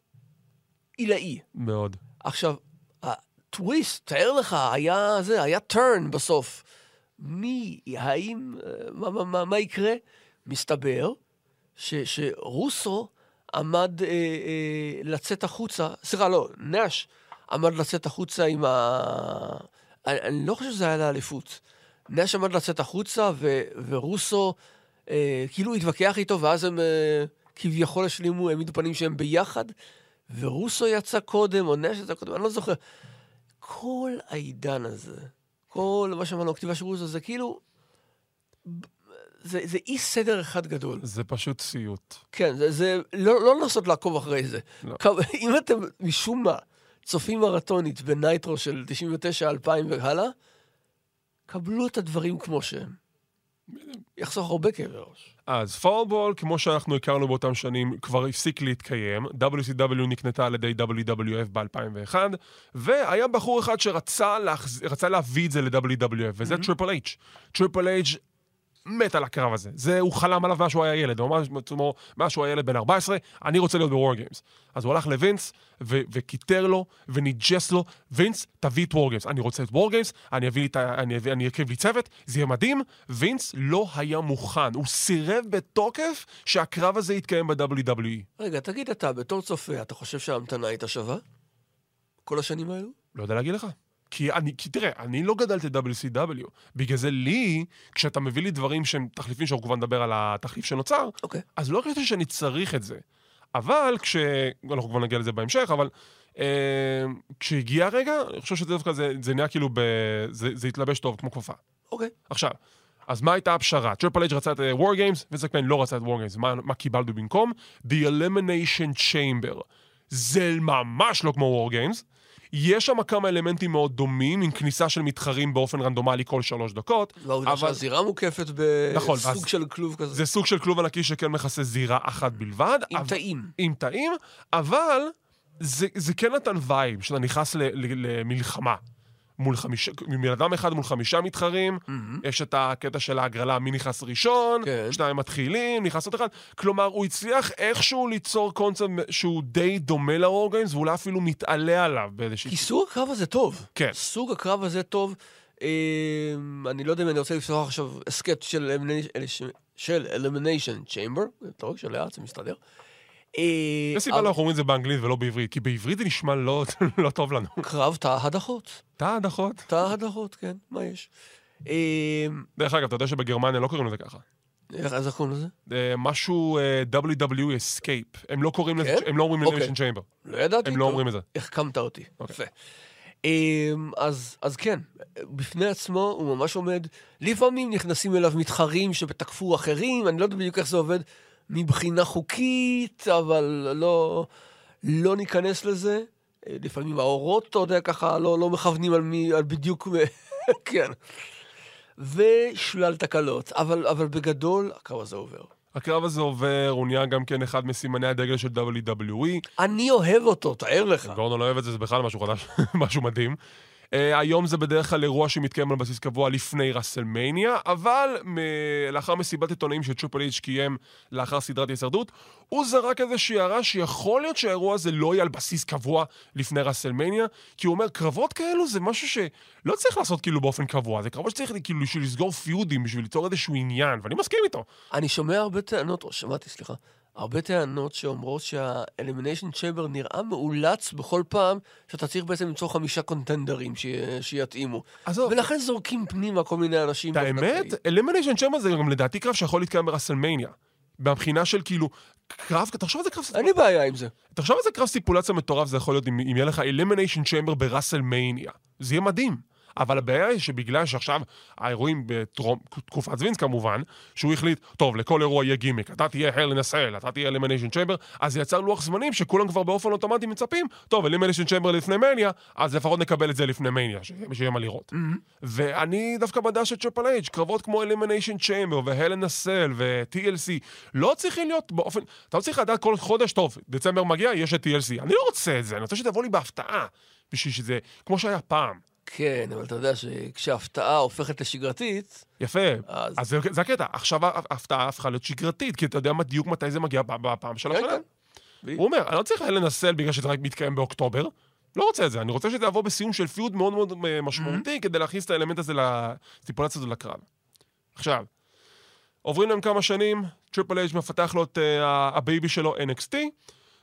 עילאי. מאוד. עכשיו, הטוויסט, תאר לך, היה זה, היה טרן בסוף. מי, האם, מה, מה, מה, מה יקרה? מסתבר ש, שרוסו עמד אה, אה, לצאת החוצה, סליחה, לא, נש עמד לצאת החוצה עם ה... אני, אני לא חושב שזה היה לאליפות. נש עמד לצאת החוצה, ו, ורוסו אה, כאילו התווכח איתו, ואז הם אה, כביכול השלימו, העמידו פנים שהם ביחד, ורוסו יצא קודם, או נש יצא קודם, אני לא זוכר. כל העידן הזה, כל מה שאמרנו, הכתיבה של רוסו, זה כאילו... זה, זה אי סדר אחד גדול. זה פשוט סיוט. כן, זה, זה לא, לא לנסות לעקוב אחרי זה. לא. אם אתם משום מה צופים מרתונית בנייטרו של תשעים ותשע אלפיים והלאה, קבלו את הדברים כמו שהם. יחסוך הרבה כאבי ראש. אז פאולבול, כמו שאנחנו הכרנו באותם שנים, כבר הפסיק להתקיים. דאבליו סי דאבליו נקנתה על ידי דאבליו דאבליו אף ב-אלפיים ואחת, והיה בחור אחד שרצה להחז... רצה להביא את זה ל-דאבליו דאבליו אף, וזה טריפל אייץ'. טריפל אייץ' מת על הקרב הזה. זה, הוא חלם עליו משהו היה ילד. הוא אמר משהו היה ילד בן ארבע עשרה, אני רוצה להיות בוור גיימס. אז הוא הלך לווינס, ו- וכיתר לו, וניג'ס לו, וינס, תביא את וור גיימס. אני רוצה את וור גיימס, אני אביא לי את ה... אני, אני אקריב לי צוות, זה יהיה מדהים. וינס לא היה מוכן. הוא סירב בתוקף שהקרב הזה יתקיים ב-דאבליו דאבליו אי. רגע, תגיד אתה, בתור צופה, אתה חושב שההמתנה הייתה שווה? כל השנים האלו? לא יודע להגיד לך. כי, אני, כי תראה, אני לא גדלתי דאבליו סי דאבליו. בגלל זה לי, כשאתה מביא לי דברים שהם תחליפים, שאנחנו כבר נדבר על התחליף שנוצר, okay. אז לא חשבתי שאני צריך את זה. אבל כש... אנחנו כבר נגיע לזה בהמשך, אבל אה, כשהגיע הרגע, אני חושב שזה דווקא, זה, זה נהיה כאילו, ב... זה, זה התלבש טוב כמו כפפה. אוקיי. Okay. עכשיו, אז מה הייתה הפשרה? טריפל אייץ' רצה את War Games, וזקמן לא רצה את War Games. מה, מה קיבלנו במקום? The Elimination Chamber. זה ממש לא כמו War Games. יש שם כמה אלמנטים מאוד דומים, עם כניסה של מתחרים באופן רנדומלי כל שלוש דקות. והעובדה אבל... שהזירה מוקפת בסוג נכון, של כלוב כזה. זה סוג של כלוב ענקי שכן מכסה זירה אחת בלבד. עם אבל... תאים. עם תאים, אבל זה, זה כן נתן וייב, שאתה נכנס ל, ל, למלחמה. מול חמישה, מלאדם אחד מול חמישה מתחרים, mm-hmm. יש את הקטע של ההגרלה, מי נכנס ראשון, כן. שניים מתחילים, נכנס עוד אחד. כלומר, הוא הצליח איכשהו ליצור קונספט שהוא די דומה ל-War Games, ואולי אפילו מתעלה עליו באיזושהי... כי סוג הקרב הזה טוב. כן. סוג הקרב הזה טוב. אה, אני לא יודע אם אני רוצה לפתוח עכשיו הסקט של, של Elimination Chamber, אתה רואה שלאט זה מסתדר. בסיבה לא אנחנו אומרים את זה באנגלית ולא בעברית, כי בעברית זה נשמע לא טוב לנו. קרב תא הדחות. תא הדחות? תא הדחות, כן, מה יש? דרך אגב, אתה יודע שבגרמניה לא קוראים לזה ככה. איך קוראים לזה? משהו דאבליו דאבליו אי Escape. הם לא קוראים לזה, הם לא אומרים Elimination Chamber. לא ידעתי. הם לא אומרים את זה. החכמת אותי. יפה. אז כן, בפני עצמו הוא ממש עומד, לפעמים נכנסים אליו מתחרים שבתקפו אחרים, אני לא יודע בדיוק איך זה עובד, מבחינה חוקית, אבל לא, לא ניכנס לזה. לפעמים האורות, אתה יודע, ככה לא, לא מכוונים על מי, על בדיוק, כן. ושלל תקלות, אבל, אבל בגדול, הקרב הזה עובר. הקרב הזה עובר, הוא נהיה גם כן אחד מסימני הדגל של דאבליו דאבליו אי. אני אוהב אותו, תאר לך. גורדון לא אוהב את זה, זה בכלל משהו חדש, משהו מדהים. Uh, היום זה בדרך כלל אירוע שמתקיים על בסיס קבוע לפני רסלמניה, אבל מ- לאחר מסיבת עיתונאים שטריפל אייץ' קיים לאחר סדרת הישרדות, הוא זרק איזושהי הערה שיכול להיות שהאירוע הזה לא יהיה על בסיס קבוע לפני רסלמניה, כי הוא אומר, קרבות כאלו זה משהו שלא צריך לעשות כאילו באופן קבוע, זה קרבות שצריך כאילו בשביל לסגור פיודים, בשביל ליצור איזשהו עניין, ואני מסכים איתו. אני שומע הרבה טענות, או שמעתי, סליחה, הרבה טענות שאומרות שה-Elimination Chamber נראה מאולץ בכל פעם שאתה צריך בעצם למצוא חמישה קונטנדרים ש... שיתאימו. ולכן זורקים פנימה כל מיני אנשים. האמת, Elimination Chamber זה גם לדעתי קרב שיכול להתקיים ברסלמניה. מבחינה של כאילו, קרב, תחשוב על זה קרב... אין לי בעיה עם זה. תחשוב על זה קרב סיפולציה מטורף, זה יכול להיות אם יהיה לך Elimination Chamber ברסלמניה. זה יהיה מדהים. אבל הבעיה היא שבגלל שעכשיו האירועים בתקופת וינס כמובן, שהוא החליט, טוב, לכל אירוע יהיה גימיק, אתה תהיה Hell in a Cell, אתה תהיה Elimination Chamber, אז יצר לוח זמנים שכולם כבר באופן אוטומטי מצפים, טוב, Elimination Chamber לפני מניה, אז לפחות נקבל את זה לפני מניה, שיהיה מה לראות. Mm-hmm. ואני דווקא בדעה של טריפל אייץ', קרבות כמו Elimination Chamber ו-Hell in a Cell ו-טי אל סי, לא צריכים להיות באופן, אתה לא צריך לדעת כל חודש, טוב, דצמבר מגיע, יש את טי אל סי. אני לא רוצה את זה, אני רוצה שתבוא לי בהפתעה, בשביל שזה, כמו שהיה פעם. כן, אבל אתה יודע שכשההפתעה הופכת לשגרתית... יפה, אז, אז זה, זה הקטע. עכשיו ההפתעה הפכה להיות שגרתית, כי אתה יודע בדיוק מתי זה מגיע בפעם של השנה. הוא אומר, אני לא צריך לנסל בגלל שזה רק מתקיים באוקטובר, לא רוצה את זה, אני רוצה שזה יבוא בסיום של פיוד מאוד מאוד משמעותי, כדי להכניס את האלמנט הזה, לסיפולציה הזו לקרב. עכשיו, עוברים להם כמה שנים, טריפל אייץ' מפתח לו את הבייבי שלו אן אקס טי,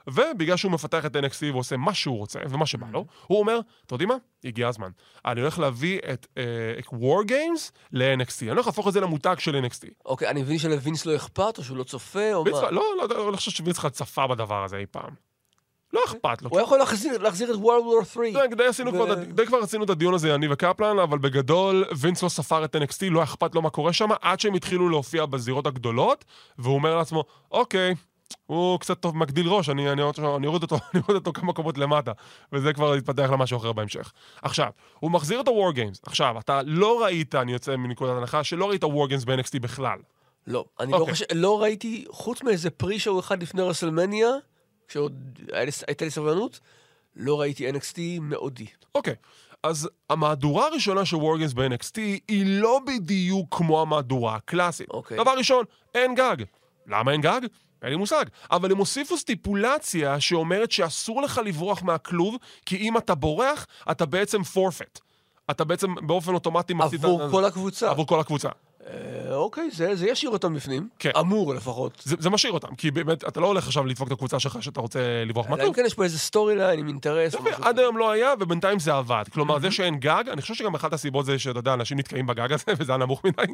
ובגלל שהוא מפתח את אן אקס טי ועושה מה שהוא רוצה ומה שבא לו, הוא אומר, אתה יודעים מה? הגיע הזמן. אני הולך להביא את War Games ל-אן אקס טי. אני הולך להפוך את זה למותג של אן אקס טי. אוקיי, אני מבין שלווינס לא אכפת, או שהוא לא צופה, או מה? לא, לא, לא חושב שווינס לך צפה בדבר הזה אי פעם. לא אכפת לו. הוא יכול להחזיר את World War שלוש. די כבר עשינו את הדיון הזה, אני וקפלן, אבל בגדול, וינס לא ספר את אן אקס טי, לא אכפת לו מה קורה שם, עד שהם התחילו להופיע בזירות הגדולות, והוא אומר לעצמו, אוקיי, הוא קצת טוב, מגדיל ראש, אני, אני, אני אוריד אותו, אני אוריד אותו כמה קומות למטה, וזה כבר יתפתח למשהו אחר בהמשך. עכשיו, הוא מחזיר את ה-War Games. עכשיו, אתה לא ראית, אני יוצא מנקודת הנחה, שלא ראית War Games ב-אן אקס טי בכלל. לא, אני לא חושב, לא ראיתי, חוץ מאיזה פרי-שואו אחד לפני רסלמניה, כשעוד הייתה לי סבלנות, לא ראיתי אן אקס טי מעודי. אוקיי, אז המהדורה הראשונה של War Games ב-אן אקס טי היא לא בדיוק כמו המהדורה הקלאסית. אוקיי. דבר ראשון, אין גג. למה אין גג? אין לי מושג. אבל הם הוסיפו סטיפולציה שאומרת שאסור לך לברוח מהכלוב, כי אם אתה בורח, אתה בעצם forfeit. אתה בעצם באופן אוטומטי מפסיד... עבור כל הקבוצה. עבור כל הקבוצה. אוקיי, זה, זה ישאיר אותם בפנים. כן. אמור לפחות. זה, זה משאיר אותם, כי באמת, אתה לא הולך עכשיו לדפוק את הקבוצה שלך שאתה רוצה לברוח מהכלוב. אלא אם כן יש פה איזה סטורי ליין עם אינטרס. עד היום לא היה, ובינתיים זה עבד. כלומר, זה שאין גג, אני חושב שגם אחת הסיבות זה שאתה יודע, אנשים נתקעים בגג הזה, וזה היה נמוך מדי.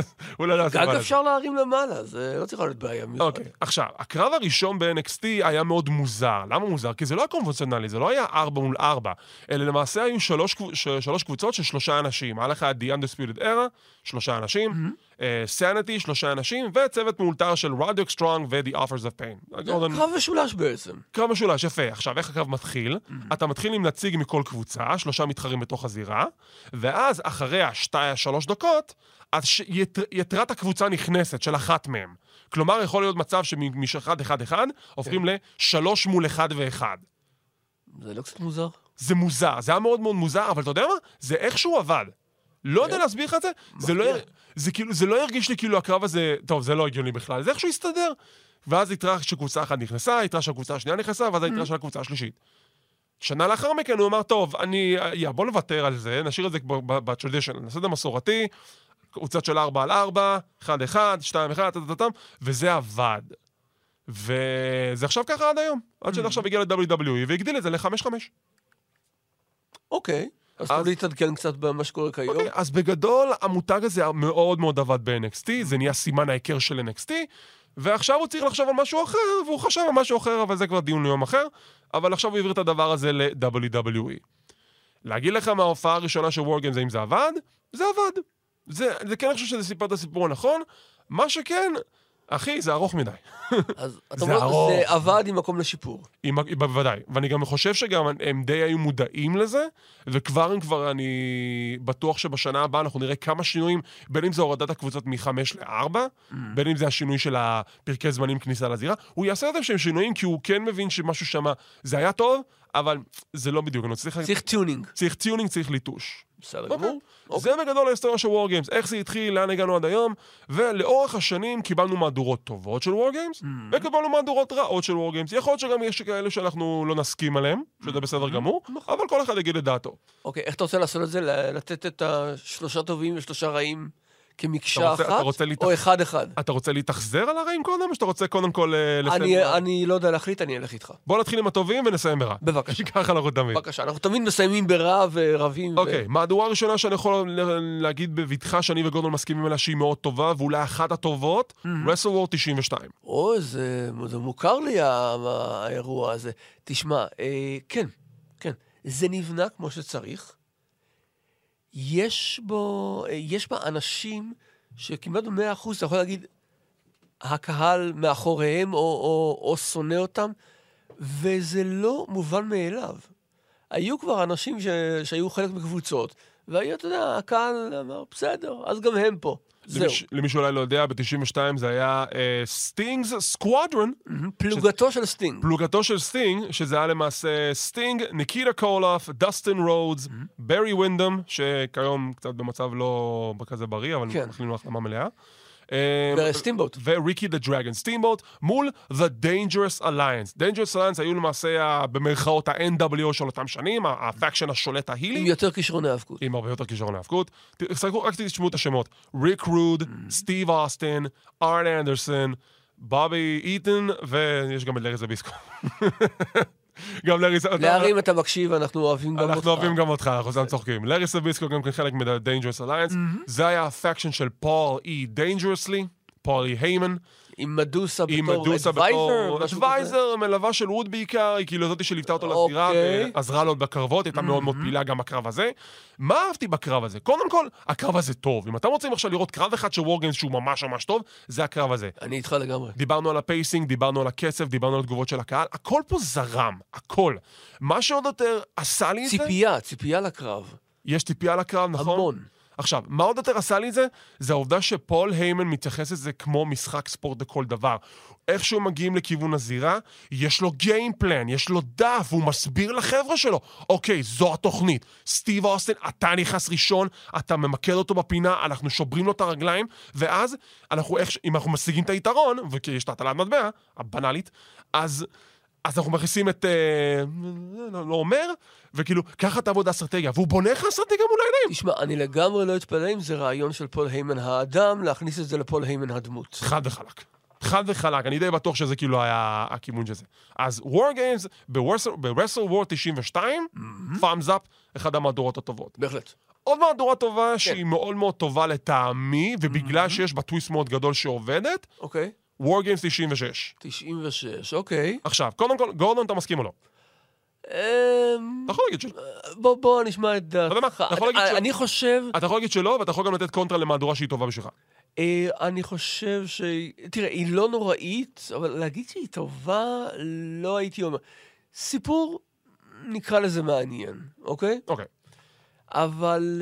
גג אפשר להרים למעלה, זה לא צריך להיות בעיה. אוקיי, עכשיו, הקרב הראשון ב-אן אקס טי היה מאוד מוזר. למה מוזר? כי זה לא היה קונבנציונלי, זה לא היה ארבע מול ארבע, אלא למעשה היו שלוש, שלוש קבוצות של שלושה אנשים. היה לך את The Undisputed Era, שלושה אנשים, Sanity, שלושה אנשים, וצוות מאולתר של Roderick Strong ו-The Offers of Pain. קרב משולש בעצם. קרב משולש, יפה. עכשיו, איך הקרב מתחיל? אתה מתחיל עם נציג מכל קבוצה, שלושה מתחרים בתוך הזירה, ואז אחרי השתי, שלוש דקות, אז יתרת הקבוצה נכנסת של אחת מהם. כלומר, יכול להיות מצב שמשאחד אחד אחד, הופכים לשלוש מול אחד ואחד. זה לא קצת מוזר? זה מוזר, זה היה מאוד מאוד מוזר, אבל אתה יודע מה? זה איכשהו עבד. לא יודע להסביר לך את זה, זה לא, זה כאילו, זה לא הרגיש לי כאילו הקרב הזה, טוב, זה לא הגיוני בכלל, זה איכשהו יסתדר. ואז יתרה שקבוצה אחת נכנסה, יתרה שהקבוצה השנייה נכנסה, ואז יתרה של הקבוצה השלישית. שנה לאחר מכן הוא אמר, טוב, אני, יא, בוא נוותר על זה, נשאיר את זה בטרדישן, נעשה את זה מסורתי, קבוצת של ארבע על ארבע, אחד אחד, שתיים אחד, וזה עבד. וזה עכשיו ככה עד היום, עד שזה עכשיו הגיע ל-דאבליו דאבליו אי והגדיל את זה ל-חמש חמש. אוקיי. אז אתה להתעדכן קצת במה שקורה כיום. אוקיי, אז בגדול, המותג הזה מאוד מאוד עבד ב-אן אקס טי, זה נהיה סימן ההיכר של אן אקס טי, ועכשיו הוא צריך לחשוב על משהו אחר, והוא חשב על משהו אחר, אבל זה כבר דיון ליום אחר, אבל עכשיו הוא העביר את הדבר הזה ל-דאבליו דאבליו אי. להגיד לך מההופעה הראשונה של War Games, האם זה עבד? זה עבד. זה, זה כן, אני חושב שזה סיפר את הסיפור הנכון, מה שכן, אחי, זה ארוך מדי. אז אתה אומר, זה עבד עם מקום לשיפור. בוודאי, ואני גם חושב שגם הם די היו מודעים לזה, וכבר הם כבר, אני בטוח שבשנה הבאה אנחנו נראה כמה שינויים, בין אם זה הורדת הקבוצות מחמש לארבע, בין אם זה השינוי של הפרקי זמנים כניסה לזירה, הוא יעשה את זה שהם שינויים, כי הוא כן מבין שמשהו שמה, זה היה טוב, אבל זה לא בדיוק. צריך טיונינג. צריך טיונינג, צריך ליטוש. בסדר גמור. זה בגדול ההיסטוריה של War Games, איך זה התחיל, לאן הגענו עד היום, ולאורך השנים קיבלנו מהדורות טובות של War Games, וקיבלנו מהדורות רעות של War Games. יכול להיות שגם יש כאלה שאנחנו לא נסכים עליהם, שזה בסדר גמור, אבל כל אחד יגיד את דעתו. אוקיי, איך אתה רוצה לעשות את זה? לתת את השלושה טובים ושלושה רעים כמקשה אחת, או אחד אחד? אתה רוצה להתאכזר על הרעים קודם, או שאתה רוצה קודם כל לסיים? אני לא יודע להחליט, אני אלך איתך. בוא נתחיל עם הטובים ונסיים ברע. בבקשה. ככה אנחנו תמיד. בבקשה, אנחנו תמיד מסיימים ברע ורבים. אוקיי, מהדורה הראשונה שאני יכול להגיד בבטחה שאני וגורדון מסכימים עליה שהיא מאוד טובה, ואולי אחת הטובות, רסל וור תשעים ושתיים. אוי, זה מוכר לי האירוע הזה. תשמע, כן, כן, זה נבנה כמו שצריך. יש בו, יש בה אנשים שכמעט במאה אחוז, אתה יכול להגיד, הקהל מאחוריהם או, או, או שונא אותם, וזה לא מובן מאליו. היו כבר אנשים ש, שהיו חלק מקבוצות, והיו, אתה יודע, הקהל אמר, בסדר, אז גם הם פה. זהו. למי שאולי לא יודע, ב-תשעים ושתיים זה היה סטינגס סקואדרון. פלוגתו של סטינג. פלוגתו של סטינג, שזה היה למעשה סטינג, ניקיטה קולוף, דסטין רודס, ברי ווינדום, שכיום קצת במצב לא כזה בריא, אבל מכנינו החלמה מלאה. וסטימבוט. וריקי דה דרגון סטימבוט, מול The Dangerous Alliance. Dangerous Alliance היו למעשה במרכאות ה-אן דאבליו של אותם שנים, הפאקשן השולט ההילי. עם יותר כישרוני האבקות. עם הרבה יותר כישרוני האבקות. רק תשמעו את השמות. ריק רוד, סטיב אוסטין, ארן אנדרסון, בובי איטן, ויש גם את לארי זביסקו. גם לארי זביסקו. לארי, אם אתה מקשיב, אנחנו אוהבים גם אותך. אנחנו אוהבים גם אותך, אנחנו סתם צוחקים. לארי זביסקו גם כן חלק מ-Dangerous Alliance. זה היה הפקשן של פול אי Dangerously, פול אי היימן. עם מדוסה בתור אדוויזר, מלווה של ווד בעיקר, היא כאילו זאתי שליוותה אותו לזירה, ועזרה לו בקרבות, הייתה מאוד מאוד פעילה גם בקרב הזה. מה אהבתי בקרב הזה? קודם כל, הקרב הזה טוב. אם אתם רוצים עכשיו לראות קרב אחד של וור גיימס שהוא ממש ממש טוב, זה הקרב הזה. אני איתך לגמרי. דיברנו על הפייסינג, דיברנו על הקצב, דיברנו על תגובות של הקהל, הכל פה זרם, הכל. מה שעוד יותר עשה לי את זה... ציפייה, ציפייה לקרב. יש ציפייה לקרב, נכון? המון. עכשיו, מה עוד יותר עשה לי את זה? זה העובדה שפול היימן מתייחס לזה כמו משחק ספורט לכל דבר. איכשהו מגיעים לכיוון הזירה, יש לו גיימפלן, יש לו דף, הוא מסביר לחבר'ה שלו. אוקיי, זו התוכנית. סטיב אוסטין, אתה נכנס ראשון, אתה ממקד אותו בפינה, אנחנו שוברים לו את הרגליים, ואז אנחנו, איך, אם אנחנו משיגים את היתרון, וכי יש את הטלת מטבע, הבנלית, אז... אז אנחנו מכניסים את... אה, לא, לא אומר, וכאילו, ככה תעבוד האסטרטגיה, והוא בונה לך אסטרטגיה מול העיניים. תשמע, אני לגמרי לא אתפלא אם זה רעיון של פול היימן האדם, להכניס את זה לפול היימן הדמות. חד וחלק. חד וחלק, אני די בטוח שזה כאילו היה הכיוון של זה. אז War Games, ב-Wrestle War תשעים ושתיים, thumbs up, אחד המהדורות הטובות. בהחלט. עוד מהדורה טובה שהיא מאוד מאוד טובה לטעמי, ובגלל שיש בה טוויסט מאוד גדול שעובדת, אוקיי. War Games תשעים ושש. תשעים ושש, אוקיי. עכשיו, קודם כל, גורדון, אתה מסכים או לא? אתה יכול להגיד שלא. בוא, בוא נשמע את דעתך. אתה יודע מה? אתה יכול להגיד שלא. אני חושב... אתה יכול להגיד שלא, ואתה יכול גם לתת קונטרה למהדורה שהיא טובה בשבילך. אני חושב ש... תראה, היא לא נוראית, אבל להגיד שהיא טובה, לא הייתי אומר. סיפור, נקרא לזה מעניין, אוקיי? אוקיי. אבל...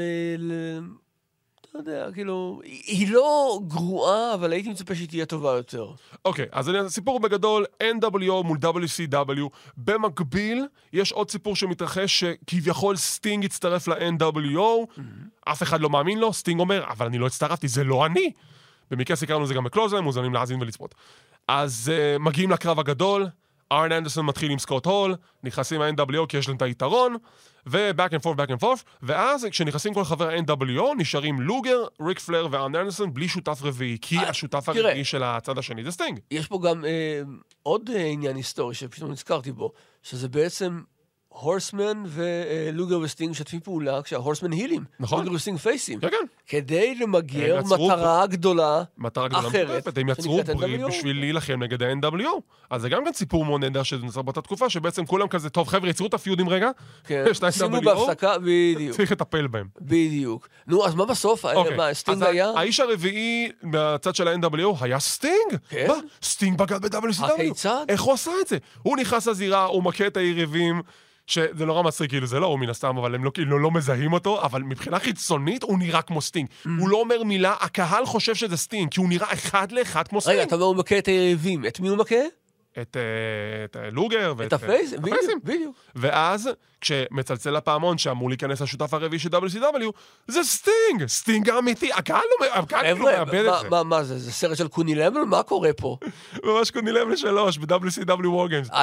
לא יודע, כאילו, היא לא גרועה, אבל הייתי מצפה שהיא תהיה טובה יותר. אוקיי, אז הסיפור בגדול, אן דאבליו או מול דאבליו סי דאבליו, במקביל, יש עוד סיפור שמתרחש שכביכול סטינג יצטרף ל-אן דאבליו או, אף אחד לא מאמין לו, סטינג אומר, אבל אני לא הצטרפתי, זה לא אני. במקרה סיכרנו זה גם בקלוזלם, מוזמנים להאזין ולצפות. אז uh, מגיעים לקרב הגדול, ארן אנדרסון מתחיל עם סקוט הול, נכנסים ל-אן דאבליו או כי יש להם את היתרון, ו-back and forth, back and forth, ואז כשנכנסים כל חברי ה-אן דאבליו או, נשארים לוגר, ריק פלר וארן אנדרסון בלי שותף רביעי, כי השותף הרביעי של הצד השני זה סטינג. יש פה גם אה, עוד אה, עניין היסטורי שפתאום נזכרתי בו, שזה בעצם הורסמן ולוגר וסטינג משתפים פעולה, כשההורסמן הילים, נכון. לוגר וסטינג פייסים, כן, כן. כדי למגר יצרו מטרה גדולה מטרה גדולה אחרת. מטורפת, הם יצרו ברית בשביל להילחם נגד ה-אן דאבליו או. אז זה גם כן סיפור מאוד נהדר שנוצר באותה תקופה, שבעצם כולם כזה, טוב חבר'ה, יצרו את הפיודים רגע, כן. יש את ה-אן שימו דאבליו או, בהפסקה, בדיוק. צריך לטפל בהם. בדיוק. נו, אז מה בסוף? אוקיי. מה, סטינג אז היה? האיש הרביעי מהצד של ה-אן דאבליו או היה סטינג? כן. מה? סטינג בגד ב-דאבליו סי דאבליו. הכיצד? איך הוא עשה את זה? הוא נכנס לזירה, הוא מכה את היריבים, שזה נורא מצחיק, כאילו זה לא הוא מן הסתם, אבל הם לא, כאילו, לא מזהים אותו, אבל מבחינה חיצונית הוא נראה כמו סטינג. הוא לא אומר מילה, הקהל חושב שזה סטינג, כי הוא נראה אחד לאחד כמו סטינג. רגע, אתה אומר הוא מכה את היריבים, את מי הוא מכה? את, את לוגר ואת... את הפייסים, בדיוק. ואז, כשמצלצל הפעמון שאמור להיכנס לשותף הרביעי של דאבליו סי דאבליו, זה סטינג! סטינג האמיתי! הקהל לא מאבד את זה. מה זה? זה סרט של קוני למל? מה קורה פה? ממש קוני למל שלוש, ב-דאבליו סי דאבליו War Games.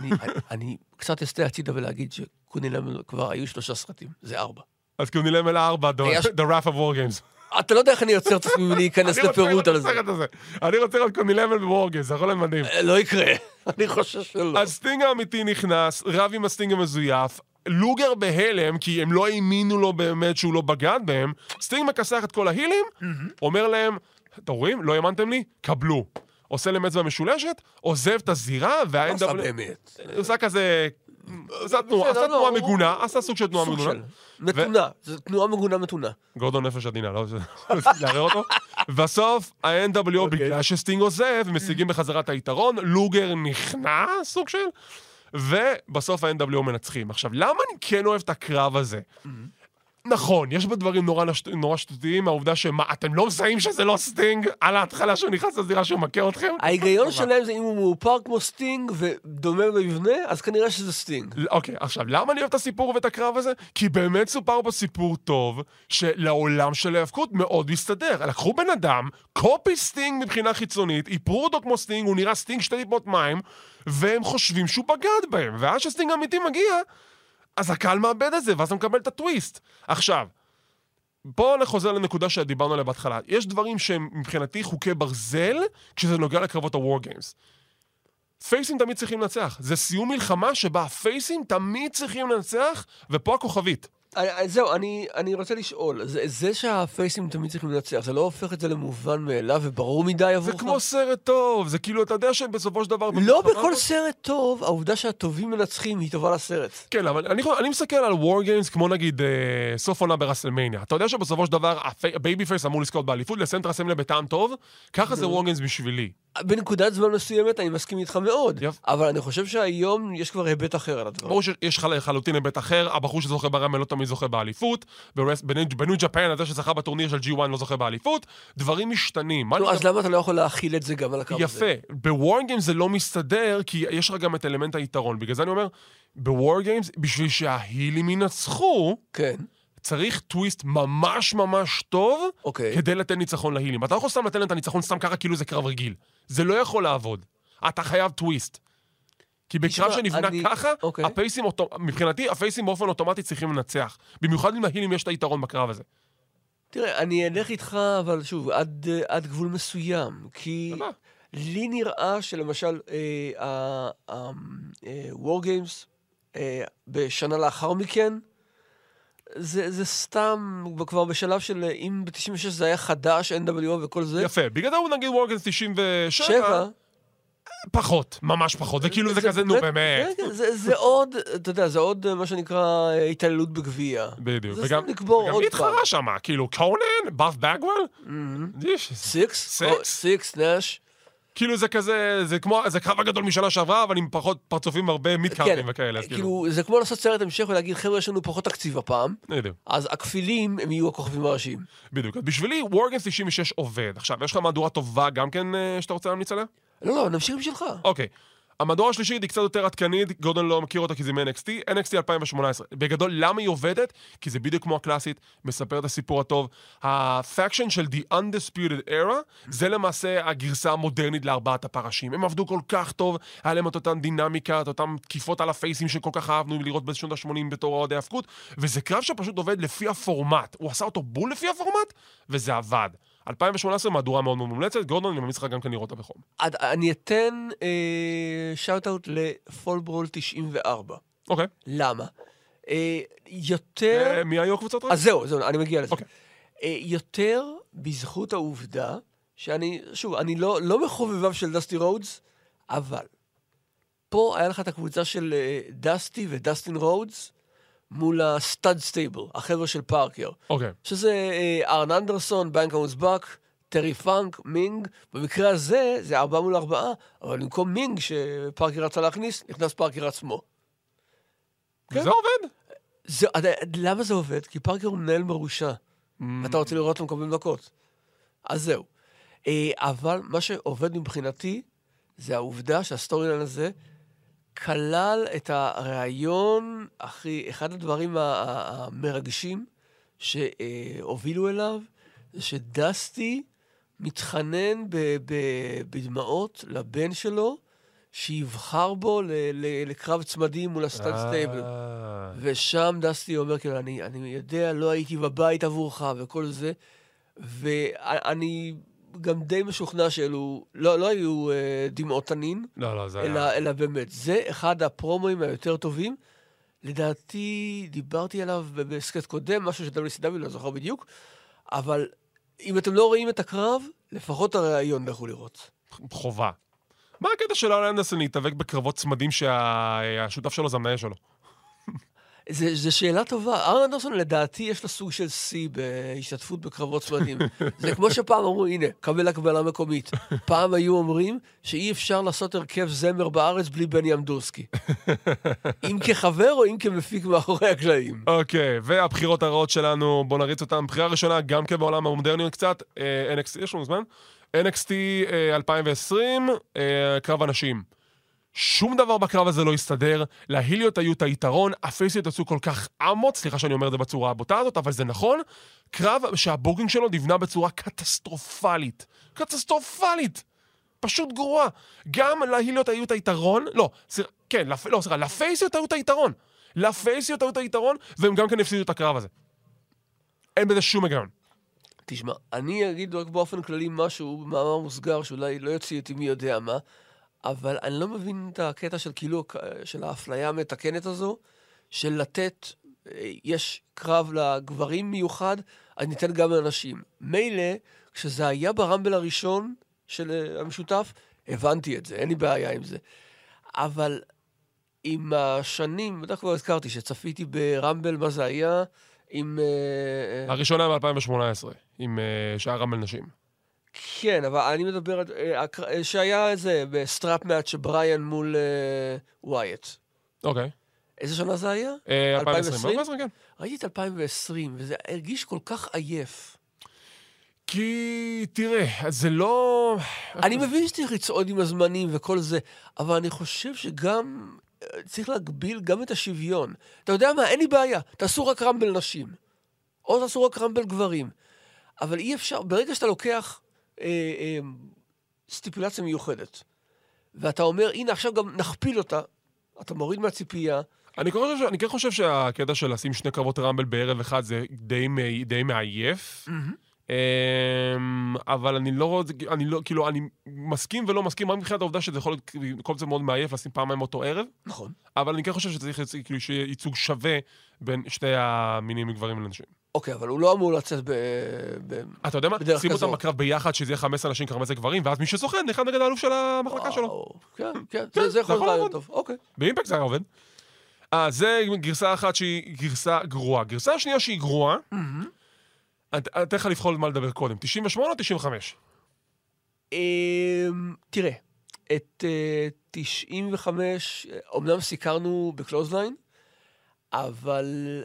אני קצת אסתה הצידה ולהגיד שקוני למל כבר היו שלושה סרטים. זה ארבע. אז קוני למל ארבע, The Wrath of War Games. אתה לא יודע איך אני יוצר את עצמי להיכנס לפירוט על זה. אני רוצה לראות קוני למל ב-War Games, זה יכול להיות מדהים. לא יקרה, אני חושב שלא. אז סטינג האמיתי נכנס, רב עם הסטינג המזויף, לוגר בהלם, כי הם לא האמינו לו באמת שהוא לא בגד בהם, סטינג מקסח את כל ההילים, אומר להם, אתם רואים? לא האמנתם לי? קבלו. עושה להם אצבע משולשת, עוזב את הזירה, מה עשה באמת? עושה כזה... עשה תנועה מגונה, עשה סוג של תנועה מגונה. מתונה, זו תנועה מגונה מתונה. גורדון נפש עדינה, לא לערער אותו. בסוף, ה-אן דאבליו או בגלל שסטינג עוזב, משיגים בחזרת היתרון, לוגר נכנע, סוג של, ובסוף ה-אן דאבליו או מנצחים. עכשיו, למה אני כן אוהב את הקרב הזה? נכון, יש בדברים נורא, נורא שטותיים, העובדה שמה, אתם לא מזהים שזה לא סטינג על ההתחלה שהוא נכנס לזירה שהוא מכה אתכם? ההיגיון שלהם זה אם הוא מאופר כמו סטינג ודומה במבנה, אז כנראה שזה סטינג. אוקיי, עכשיו, למה אני אוהב את הסיפור ואת הקרב הזה? כי באמת סופר בסיפור טוב, שלעולם של ההאבקות מאוד מסתדר. לקחו בן אדם, קופי סטינג מבחינה חיצונית, איפרו אותו כמו סטינג, הוא נראה סטינג שתי טיפות מים, והם חושבים שהוא בגד בהם, ואז שסטינג אמיתי מגיע, אז הקהל מאבד את זה, ואז אתה מקבל את הטוויסט. עכשיו, פה נחוזר לנקודה שדיברנו עליה בהתחלה. יש דברים שהם מבחינתי חוקי ברזל, כשזה נוגע לקרבות ה-War Games. פייסים תמיד צריכים לנצח. זה סיום מלחמה שבה הפייסים תמיד צריכים לנצח, ופה הכוכבית. זהו, אני, אני רוצה לשאול, זה, זה שהפייסים תמיד צריכים לנצח, זה לא הופך את זה למובן מאליו וברור מדי עבורך? זה כמו סרט טוב, זה כאילו, אתה יודע שבסופו של דבר... לא בכל סרט טוב, העובדה שהטובים מנצחים היא טובה לסרט. כן, אבל אני, אני מסתכל על War Games כמו נגיד אה, סוף עונה ברסלמניה. אתה יודע שבסופו של דבר הבייבי פייס אמור לזכות באליפות, לסנטר אסמבלי בטעם טוב, ככה זה War Games בשבילי. בנקודת זמן מסוימת אני מסכים איתך מאוד, יפ. אבל אני חושב שהיום יש כבר היבט אחר על הדבר. ברור שיש חלוטין היבט אחר, הבחור שזוכה ברמל לא תמיד זוכה באליפות, בניו ג'פן, הזה שזכה בטורניר של ג'י וואן לא זוכה באליפות, דברים משתנים. נו, אז למה אתה לא יכול להכיל את זה גם על הקו הזה? יפה, בוור גיימס זה לא מסתדר, כי יש לך גם את אלמנט היתרון. בגלל זה אני אומר, בוור גיימס, בשביל שההילים ינצחו, כן. צריך טוויסט ממש ממש טוב, אוקיי. כדי לתת ניצחון להילים. אתה לא יכול סתם לתת את הניצחון סתם ככה כאילו זה קרב רגיל. זה לא יכול לעבוד. אתה חייב טוויסט. כי בקרב שנבנה אני... ככה, אוקיי. הפייסים, מבחינתי, הפייסים באופן אוטומטי צריכים לנצח. במיוחד אם להילים יש את היתרון בקרב הזה. תראה, אני אלך איתך, אבל שוב, עד, עד גבול מסוים. כי למה? לי נראה שלמשל, ה-War Games, בשנה לאחר מכן, זה, זה סתם, כבר בשלב של, אם ב-תשעים ושש זה היה חדש, אן דאבליו או וכל זה. יפה, בגלל זה הוא נגיד War Games תשעים ושבע, שבע, פחות, ממש פחות, וכאילו זה כזה, נו באמת. זה עוד, אתה יודע, זה עוד מה שנקרא התעללות בגבייה. בדיוק. זה סתם לקבור עוד פעם. וגם התחרה שמה, כאילו קונן, באף בגוול. סיקס? סיקס, נש. כאילו זה כזה, זה כמו, זה קרב הגדול משנה שעברה, אבל עם פחות פרצופים הרבה מידקארטים וכאלה. כאילו, זה כמו לעשות סרט המשך ולהגיד, חבר'ה, יש לנו פחות תקציב הפעם, אז הכפילים הם יהיו הכוכבים הראשיים. בדיוק. בשבילי, War Games תשעים ושש עובד. עכשיו, יש לך מהדורה טובה גם כן שאתה רוצה להמליץ עליה? לא, לא, נמשיך עם שלך. אוקיי. המהדורה השלישית היא קצת יותר עדכנית, גורדון לא מכיר אותה כי זה מ-אן אקס טי, אן אקס טי אלפיים שמונה עשרה. בגדול, למה היא עובדת? כי זה בדיוק כמו הקלאסית, מספר את הסיפור הטוב. הפאקשן של The Undisputed Era, זה למעשה הגרסה המודרנית לארבעת הפרשים. הם עבדו כל כך טוב, היה להם את אותן דינמיקה, את אותן תקיפות על הפייסים שכל כך אהבנו לראות בשנות ה-שמונים בתור אוהדי הפקות, וזה קרב שפשוט עובד לפי הפורמט. הוא עשה אותו בול לפי הפורמט, וזה עבד. אלפיים שמונה עשרה מהדורה מאוד מומלצת, גורדון, אני ממליץ לך גם כאן לראות אותה בחום. אני אתן שאוט-אוט לפולברול תשעים וארבע. אוקיי. למה? יותר... מי היו הקבוצות רק? אז זהו, זהו, אני מגיע לזה. יותר בזכות העובדה, שאני, שוב, אני לא מחובביו של דסטי רודס, אבל פה היה לך את הקבוצה של דסטי ודסטין רודס, מול הסטאד סטייבל, החבר'ה של פארקר. אוקיי. שזה ארן אנדרסון, ביין קאונס באק, טרי פאנק, מינג. במקרה הזה, זה ארבעה מול ארבעה, אבל במקום מינג שפארקר רצה להכניס, נכנס פארקר עצמו. כן? זה עובד? זה, למה זה עובד? כי פארקר הוא מנהל מרושע. Mm. ואתה רוצה לראות לו מקבלים דקות. אז זהו. אבל מה שעובד מבחינתי, זה העובדה שהסטורי-ליין הזה, כלל את הרעיון, אחי, אחד הדברים המרגשים שהובילו אליו, זה שדסטי מתחנן בדמעות לבן שלו, שיבחר בו לקרב צמדים מול הסטאד סטייבל. ושם דסטי אומר, כאילו, אני יודע, לא הייתי בבית עבורך וכל זה, ואני... גם די משוכנע שאלו, לא, לא היו אה, דמעות תנין, לא, לא, זה אלא, היה... אלא באמת. זה אחד הפרומואים היותר טובים. לדעתי, דיברתי עליו בסקט קודם, משהו ש-דאבליו סי דאבליו, לא זוכר בדיוק, אבל אם אתם לא רואים את הקרב, לפחות הרעיון לכו לראות. חובה. מה הקטע של ארן אנדרסון להתאבק בקרבות צמדים שהשותף שלו זה המנהל שלו? זו שאלה טובה. ארן אנדרסון לדעתי יש לה סוג של סי בהשתתפות בקרבות צמדים. זה כמו שפעם אמרו, הנה, קבל הקבלה מקומית. פעם היו אומרים שאי אפשר לעשות הרכב זמר בארץ בלי בני אמדורסקי. אם כחבר או אם כמפיק מאחורי הקלעים. אוקיי, והבחירות הרעות שלנו, בוא נריץ אותן. בחירה ראשונה, גם כבעולם המודרני קצת, אן אקס טי, יש לנו זמן? אן אקס טי אלפיים ועשרים, קרב אנשים. שום דבר בקרב הזה לא יסתדר, להיליות היו את היתרון, הפייסיות עשו כל כך עמות, סליחה שאני אומר את זה בצורה הבוטה הזאת, אבל זה נכון, קרב שהבוקינג שלו נבנה בצורה קטסטרופלית. קטסטרופלית! פשוט גרועה. גם להיליות היו את היתרון, לא, סיר, כן, לפ, לא, סליחה, לפייסיות היו את היתרון. לפייסיות היו את היתרון, והם גם כן הפסידו את הקרב הזה. אין בזה שום היגיון. תשמע, אני אגיד רק באופן כללי משהו, במאמר מוסגר, שאולי לא יוציא אותי מי יודע מה, אבל אני לא מבין את הקטע של כאילו, של האפליה המתקנת הזו, של לתת, יש קרב לגברים מיוחד, אז ניתן גם לאנשים. מילא, כשזה היה ברמבל הראשון של המשותף, הבנתי את זה, אין לי בעיה עם זה. אבל עם השנים, בטח כבר הזכרתי, שצפיתי ברמבל, מה זה היה? עם... הראשונה ב-אלפיים שמונה עשרה, עם שער רמבל נשים. כן, אבל אני מדבר, שהיה איזה, בסטראפ מאץ' שבריאן מול ווייט. אוקיי. איזה שנה זה היה? אלפיים ועשרים? אלפיים ועשרים, כן. ראיתי את אלפיים ועשרים, וזה הרגיש כל כך עייף. כי, תראה, זה לא... אני מבין שצריך לצעוד עם הזמנים וכל זה, אבל אני חושב שגם צריך להגביל גם את השוויון. אתה יודע מה? אין לי בעיה. תעשו רק רמבל נשים. או תעשו רק רמבל גברים. אבל אי אפשר, ברגע שאתה לוקח אה, אה, סטיפולציה מיוחדת, ואתה אומר, הנה, עכשיו גם נכפיל אותה, אתה מוריד מהציפייה. אני כן חושב, אני כן חושב שהקטע של לשים שני קרבות רמבל בערב אחד זה די, די מעייף. Mm-hmm. אבל אני לא, אני לא, כאילו, אני מסכים ולא מסכים, רק מבחינת העובדה שזה יכול להיות כל זה מאוד מעייף לשים פעמיים אותו ערב. נכון. אבל אני כן חושב שצריך כאילו שיהיה ייצוג שווה בין שתי המינים מגברים לנשים. אוקיי, אבל הוא לא אמור לצאת ב... אתה יודע מה? שים אותם בקרב ביחד, שזה יהיה חמש עשרה אנשים חמש גברים, ואז מי שזוכן, אחד נגד האלוף של המחלקה שלו. כן, כן, זה יכול להיות טוב. אוקיי. באימפקט זה היה עובד. אה, זה גרסה אחת שהיא גרסה גרועה. גרסה השנייה שהיא גרועה, אני אתן לך לבחור מה לדבר קודם, תשעים ושמונה או תשעים וחמש? תראה, את תשעים וחמש, אומנם סיכרנו בקלוזליין, אבל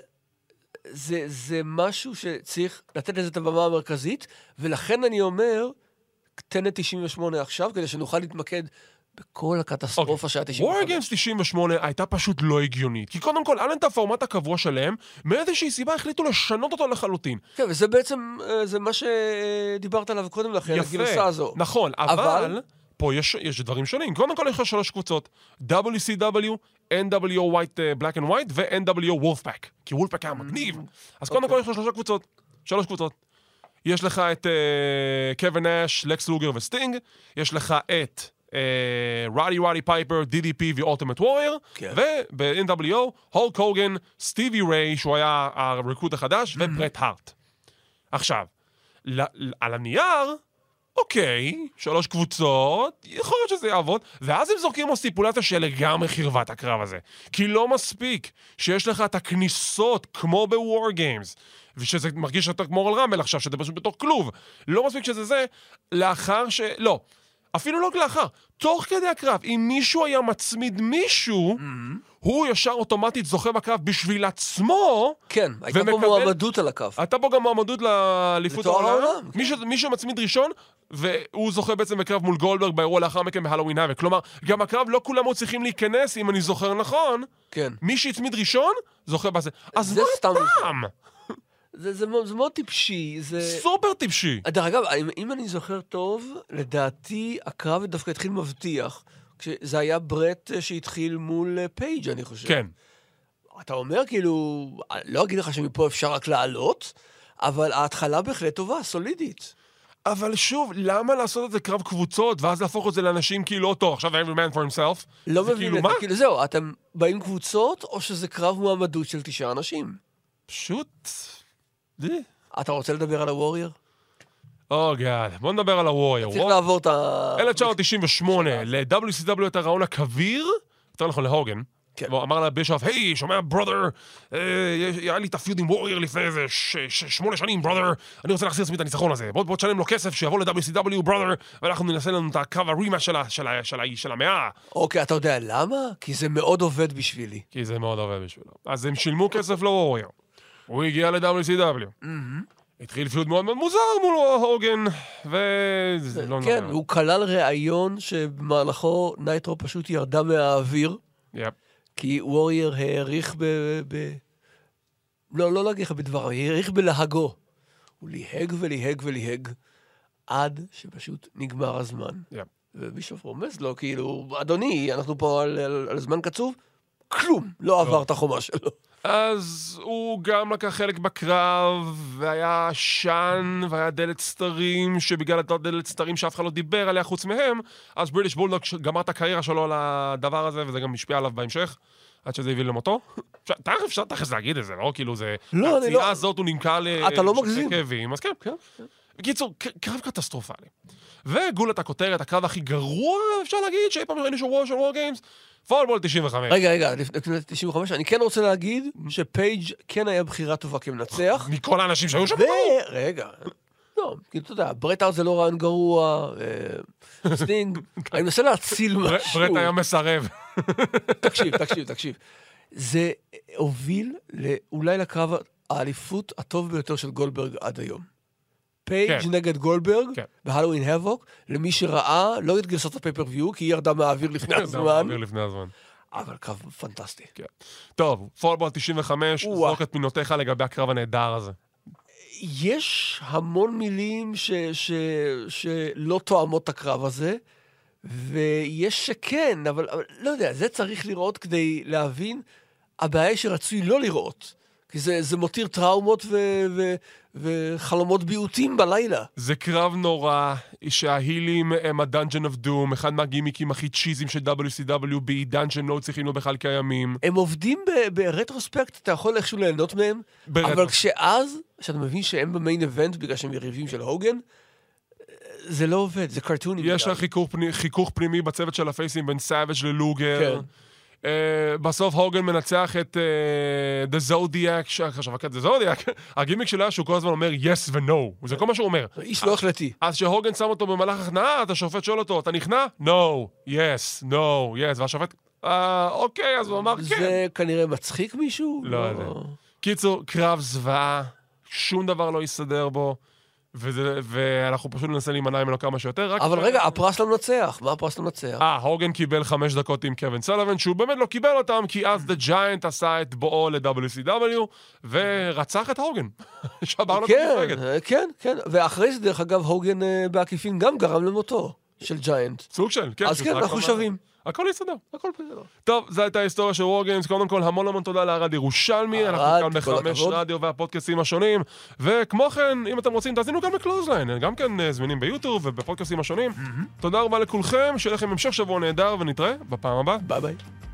זה, זה משהו שצריך לתת לזה את הבמה המרכזית, ולכן אני אומר, תן את תשעים ושמונה עכשיו, כדי שנוכל להתמקד בכל הקטסטרופה שהיה תשעים וחמש. War Games תשעים ושמונה הייתה פשוט לא הגיונית. כי קודם כל, אין את הפורמט הקבוע שלהם, מאיזושהי סיבה החליטו לשנות אותו לחלוטין. כן, וזה בעצם, זה מה שדיברת עליו קודם לכן, הגרסה הזו. נכון, אבל פה יש, יש דברים שונים. קודם כל יש לך שלוש קבוצות, דאבליו סי דאבליו, אן דאבליו או White, Black and White, ו-אן דאבליו או Wolfpack. כי Wolfpack היה מגניב. אז קודם כל יש לך שלוש קבוצות. שלוש קבוצות. יש לך את קווין נאש, לקס לוגר וסטינג. יש לך את ראדי ראדי פייפר, די די פי ו-Ultimate Warrior. וב-אן דאבליו או, הולק הוגן, סטיבי ריי, שהוא היה הרקרוט החדש, וברט הארט. עכשיו, על הנייר... אוקיי, שלוש קבוצות, יכול להיות שזה יעבוד, ואז הם זורקים לו סטיפולציה שלגמרי חירבה את הקרב הזה. כי לא מספיק שיש לך את הכניסות כמו ב-War Games, ושזה מרגיש יותר כמו על רמבל עכשיו, שאתה פשוט בתוך כלוב. לא מספיק שזה זה, לאחר ש... לא, אפילו לא לאחר. תוך כדי הקרב, אם מישהו היה מצמיד מישהו, mm-hmm. הוא ישר אוטומטית זוכה בקרב בשביל עצמו. כן, הייתה ומקבל... פה מועמדות על הקו. הייתה פה גם מועמדות לאליפות העולם. כן. מישהו, מישהו מצמיד ראשון, והוא זוכה בעצם בקרב מול גולדברג באירוע לאחר מכן בהלווין האבק. כלומר, גם הקרב לא כולם עוד צריכים להיכנס, אם אני זוכר נכון. כן. מי שהצמיד ראשון, זוכה בזה. אז לא פעם. זה, זה, זה מאוד טיפשי. זה... סופר טיפשי. דרך אגב, אם, אם אני זוכר טוב, לדעתי הקרב דווקא התחיל מבטיח. זה היה ברט שהתחיל מול פייג' אני חושב. כן. אתה אומר כאילו, לא אגיד לך שמפה אפשר רק לעלות, אבל ההתחלה בהחלט טובה, סולידית. אבל שוב, למה לעשות את זה קרב קבוצות, ואז להפוך את זה לאנשים כאילו אותו, עכשיו every man for himself? לא מבין את זה, כאילו זהו, אתם באים קבוצות, או שזה קרב מועמדות של תשעה אנשים? פשוט... אתה רוצה לדבר על הווריור? או גאד, בוא נדבר על הווריור. צריך לעבור את ה... אלף תשע מאות תשעים ושמונה, ל-דאבליו סי דאבליו את הרעיון הכביר, יותר נכון להוגן, והוא אמר לה בישוף, היי, שומע ברודר, היה לי את הפיוד עם ווריור לפני איזה שמונה שנים, ברודר, אני רוצה להחזיר עצמי את הניצחון הזה, בוא תשלם לו כסף שיבוא ל-דאבליו סי דאבליו, ברודר, ואנחנו ננסה לנו את הקרב הרימה של המאה. אוקיי, אתה יודע למה? כי זה מאוד עובד בשבילי. כי זה מאוד עובד בשבילו. אז הם שילמו כסף לווריור. הוא הגיע ל-דאבליו סי דאבליו. התחיל פיוד מאוד מאוד מוזר מול הוגן, וזה לא נורא. כן, הוא כלל ראיון שבמהלכו נייטרו פשוט ירדה מהאוויר. יפ. כי ווריור העריך ב... ב... לא, לא להגיד לך בדברו, העריך בלהגו. הוא ליהג וליהג וליהג, עד שפשוט נגמר הזמן. יפ. ובישוף רומז לו, כאילו, אדוני, אנחנו פה על, על, על זמן קצוב, כלום, לא עבר את החומה שלו. אז הוא גם לקח חלק בקרב, והיה עשן, והיה דלת סתרים, שבגלל הדלת סתרים שאף אחד לא דיבר עליה חוץ מהם, אז בריטיש בולדוג גמר את הקריירה שלו על הדבר הזה, וזה גם משפיע עליו בהמשך, עד שזה הביא למותו. תכף אפשר תכף להגיד את זה, לא? כאילו זה... לא, אני לא... הצניעה הזאת הוא נמכה ל... אתה לא מגזים. כאבים, אז כן. בקיצור, קרב קטסטרופלי. וגולת הכותרת, הקרב הכי גרוע, אפשר להגיד, שאי פעם ראינו של וור של וור גיימס, פולבול תשעים וחמש. רגע, רגע, לפני תשעים וחמש, אני כן רוצה להגיד שפייג' כן היה בחירה טובה כמנצח. מכל האנשים שהיו שם. רגע, לא, כאילו, אתה יודע, ברט הארט זה לא רעיון גרוע, סטינג, אני מנסה להציל משהו. ברט היה מסרב. תקשיב, תקשיב, תקשיב. זה הוביל אולי לקרב האליפות הטוב ביותר של גולדברג עד היום. פייג' כן. נגד גולדברג, כן. בהלואוין הבוק, למי שראה, לא את גרסת הפייפריוויו, כי היא ירדה מהאוויר לפני הזמן. מהאוויר לפני הזמן. אבל קרב פנטסטי. כן. טוב, פולבול תשעים וחמש, ווא. זרוק את מינותיך לגבי הקרב הנהדר הזה. יש המון מילים ש, ש, שלא תואמות את הקרב הזה, ויש שכן, אבל, אבל לא יודע, זה צריך לראות כדי להבין, הבעיה היא שרצוי לא לראות, כי זה, זה מותיר טראומות ו, ו, וחלומות ביעוטים בלילה. זה קרב נורא, שההילים הם ה-Dungeon of Doom, אחד מהגימיקים הכי צ'יזים של דאבליו סי דאבליו, בעידן שהם לא צריכים לו בכלל קיימים. הם עובדים ברטרוספקט, אתה יכול איכשהו ליהנות מהם, אבל כשאז, כשאתה מבין שהם במיין איבנט, בגלל שהם יריבים של הוגן, זה לא עובד, זה קרטוני. יש לה חיכוך, פני, חיכוך פנימי בצוות של הפייסים בין סאביג' ללוגר. כן. Uh, בסוף הוגן מנצח את uh, The Zodiac, עכשיו, את The Zodiac, הגימיק שלה שהוא כל הזמן אומר yes ו-no, זה כל מה שהוא אומר. איש לא החלטי. אז שהוגן שם אותו במהלך הכנעה, אתה שופט שואל אותו, אתה נכנע? No, yes, no, yes, והשופט, אה, אוקיי, אז הוא אמר כן. זה כנראה מצחיק מישהו? לא יודע. קיצור, קרב זוועה, שום דבר לא יסדר בו, וזה, ואנחנו פשוט ננסה להימנע ממנו כמה שיותר. אבל רגע, הפרס למנצח. מה הפרס למנצח? אה, הוגן קיבל חמש דקות עם קווין סולוון, שהוא באמת לא קיבל אותם, כי אז The Giant עשה את בואו ל-דאבליו סי דאבליו, ורצח את הוגן. שבר לו את המפלגת. כן, כן, כן. ואחרי זה, דרך אגב, הוגן בעקיפין גם גרם למותו של ג'יינט. סוג של, כן. אז כן, אנחנו שווים. הכל יסדר, הכל בסדר. טוב, זו הייתה ההיסטוריה של וור גיימס. קודם כל, המון המון תודה לארד ירושלמי. אנחנו כאן בחמש רדיו והפודקאסטים השונים. וכמו כן, אם אתם רוצים, תאזינו גם בקלוזליין. גם כן זמינים ביוטיוב ובפודקאסטים השונים. תודה רבה לכולכם, שיהיה לכם המשך שבוע נהדר, ונתראה בפעם הבאה. ביי ביי.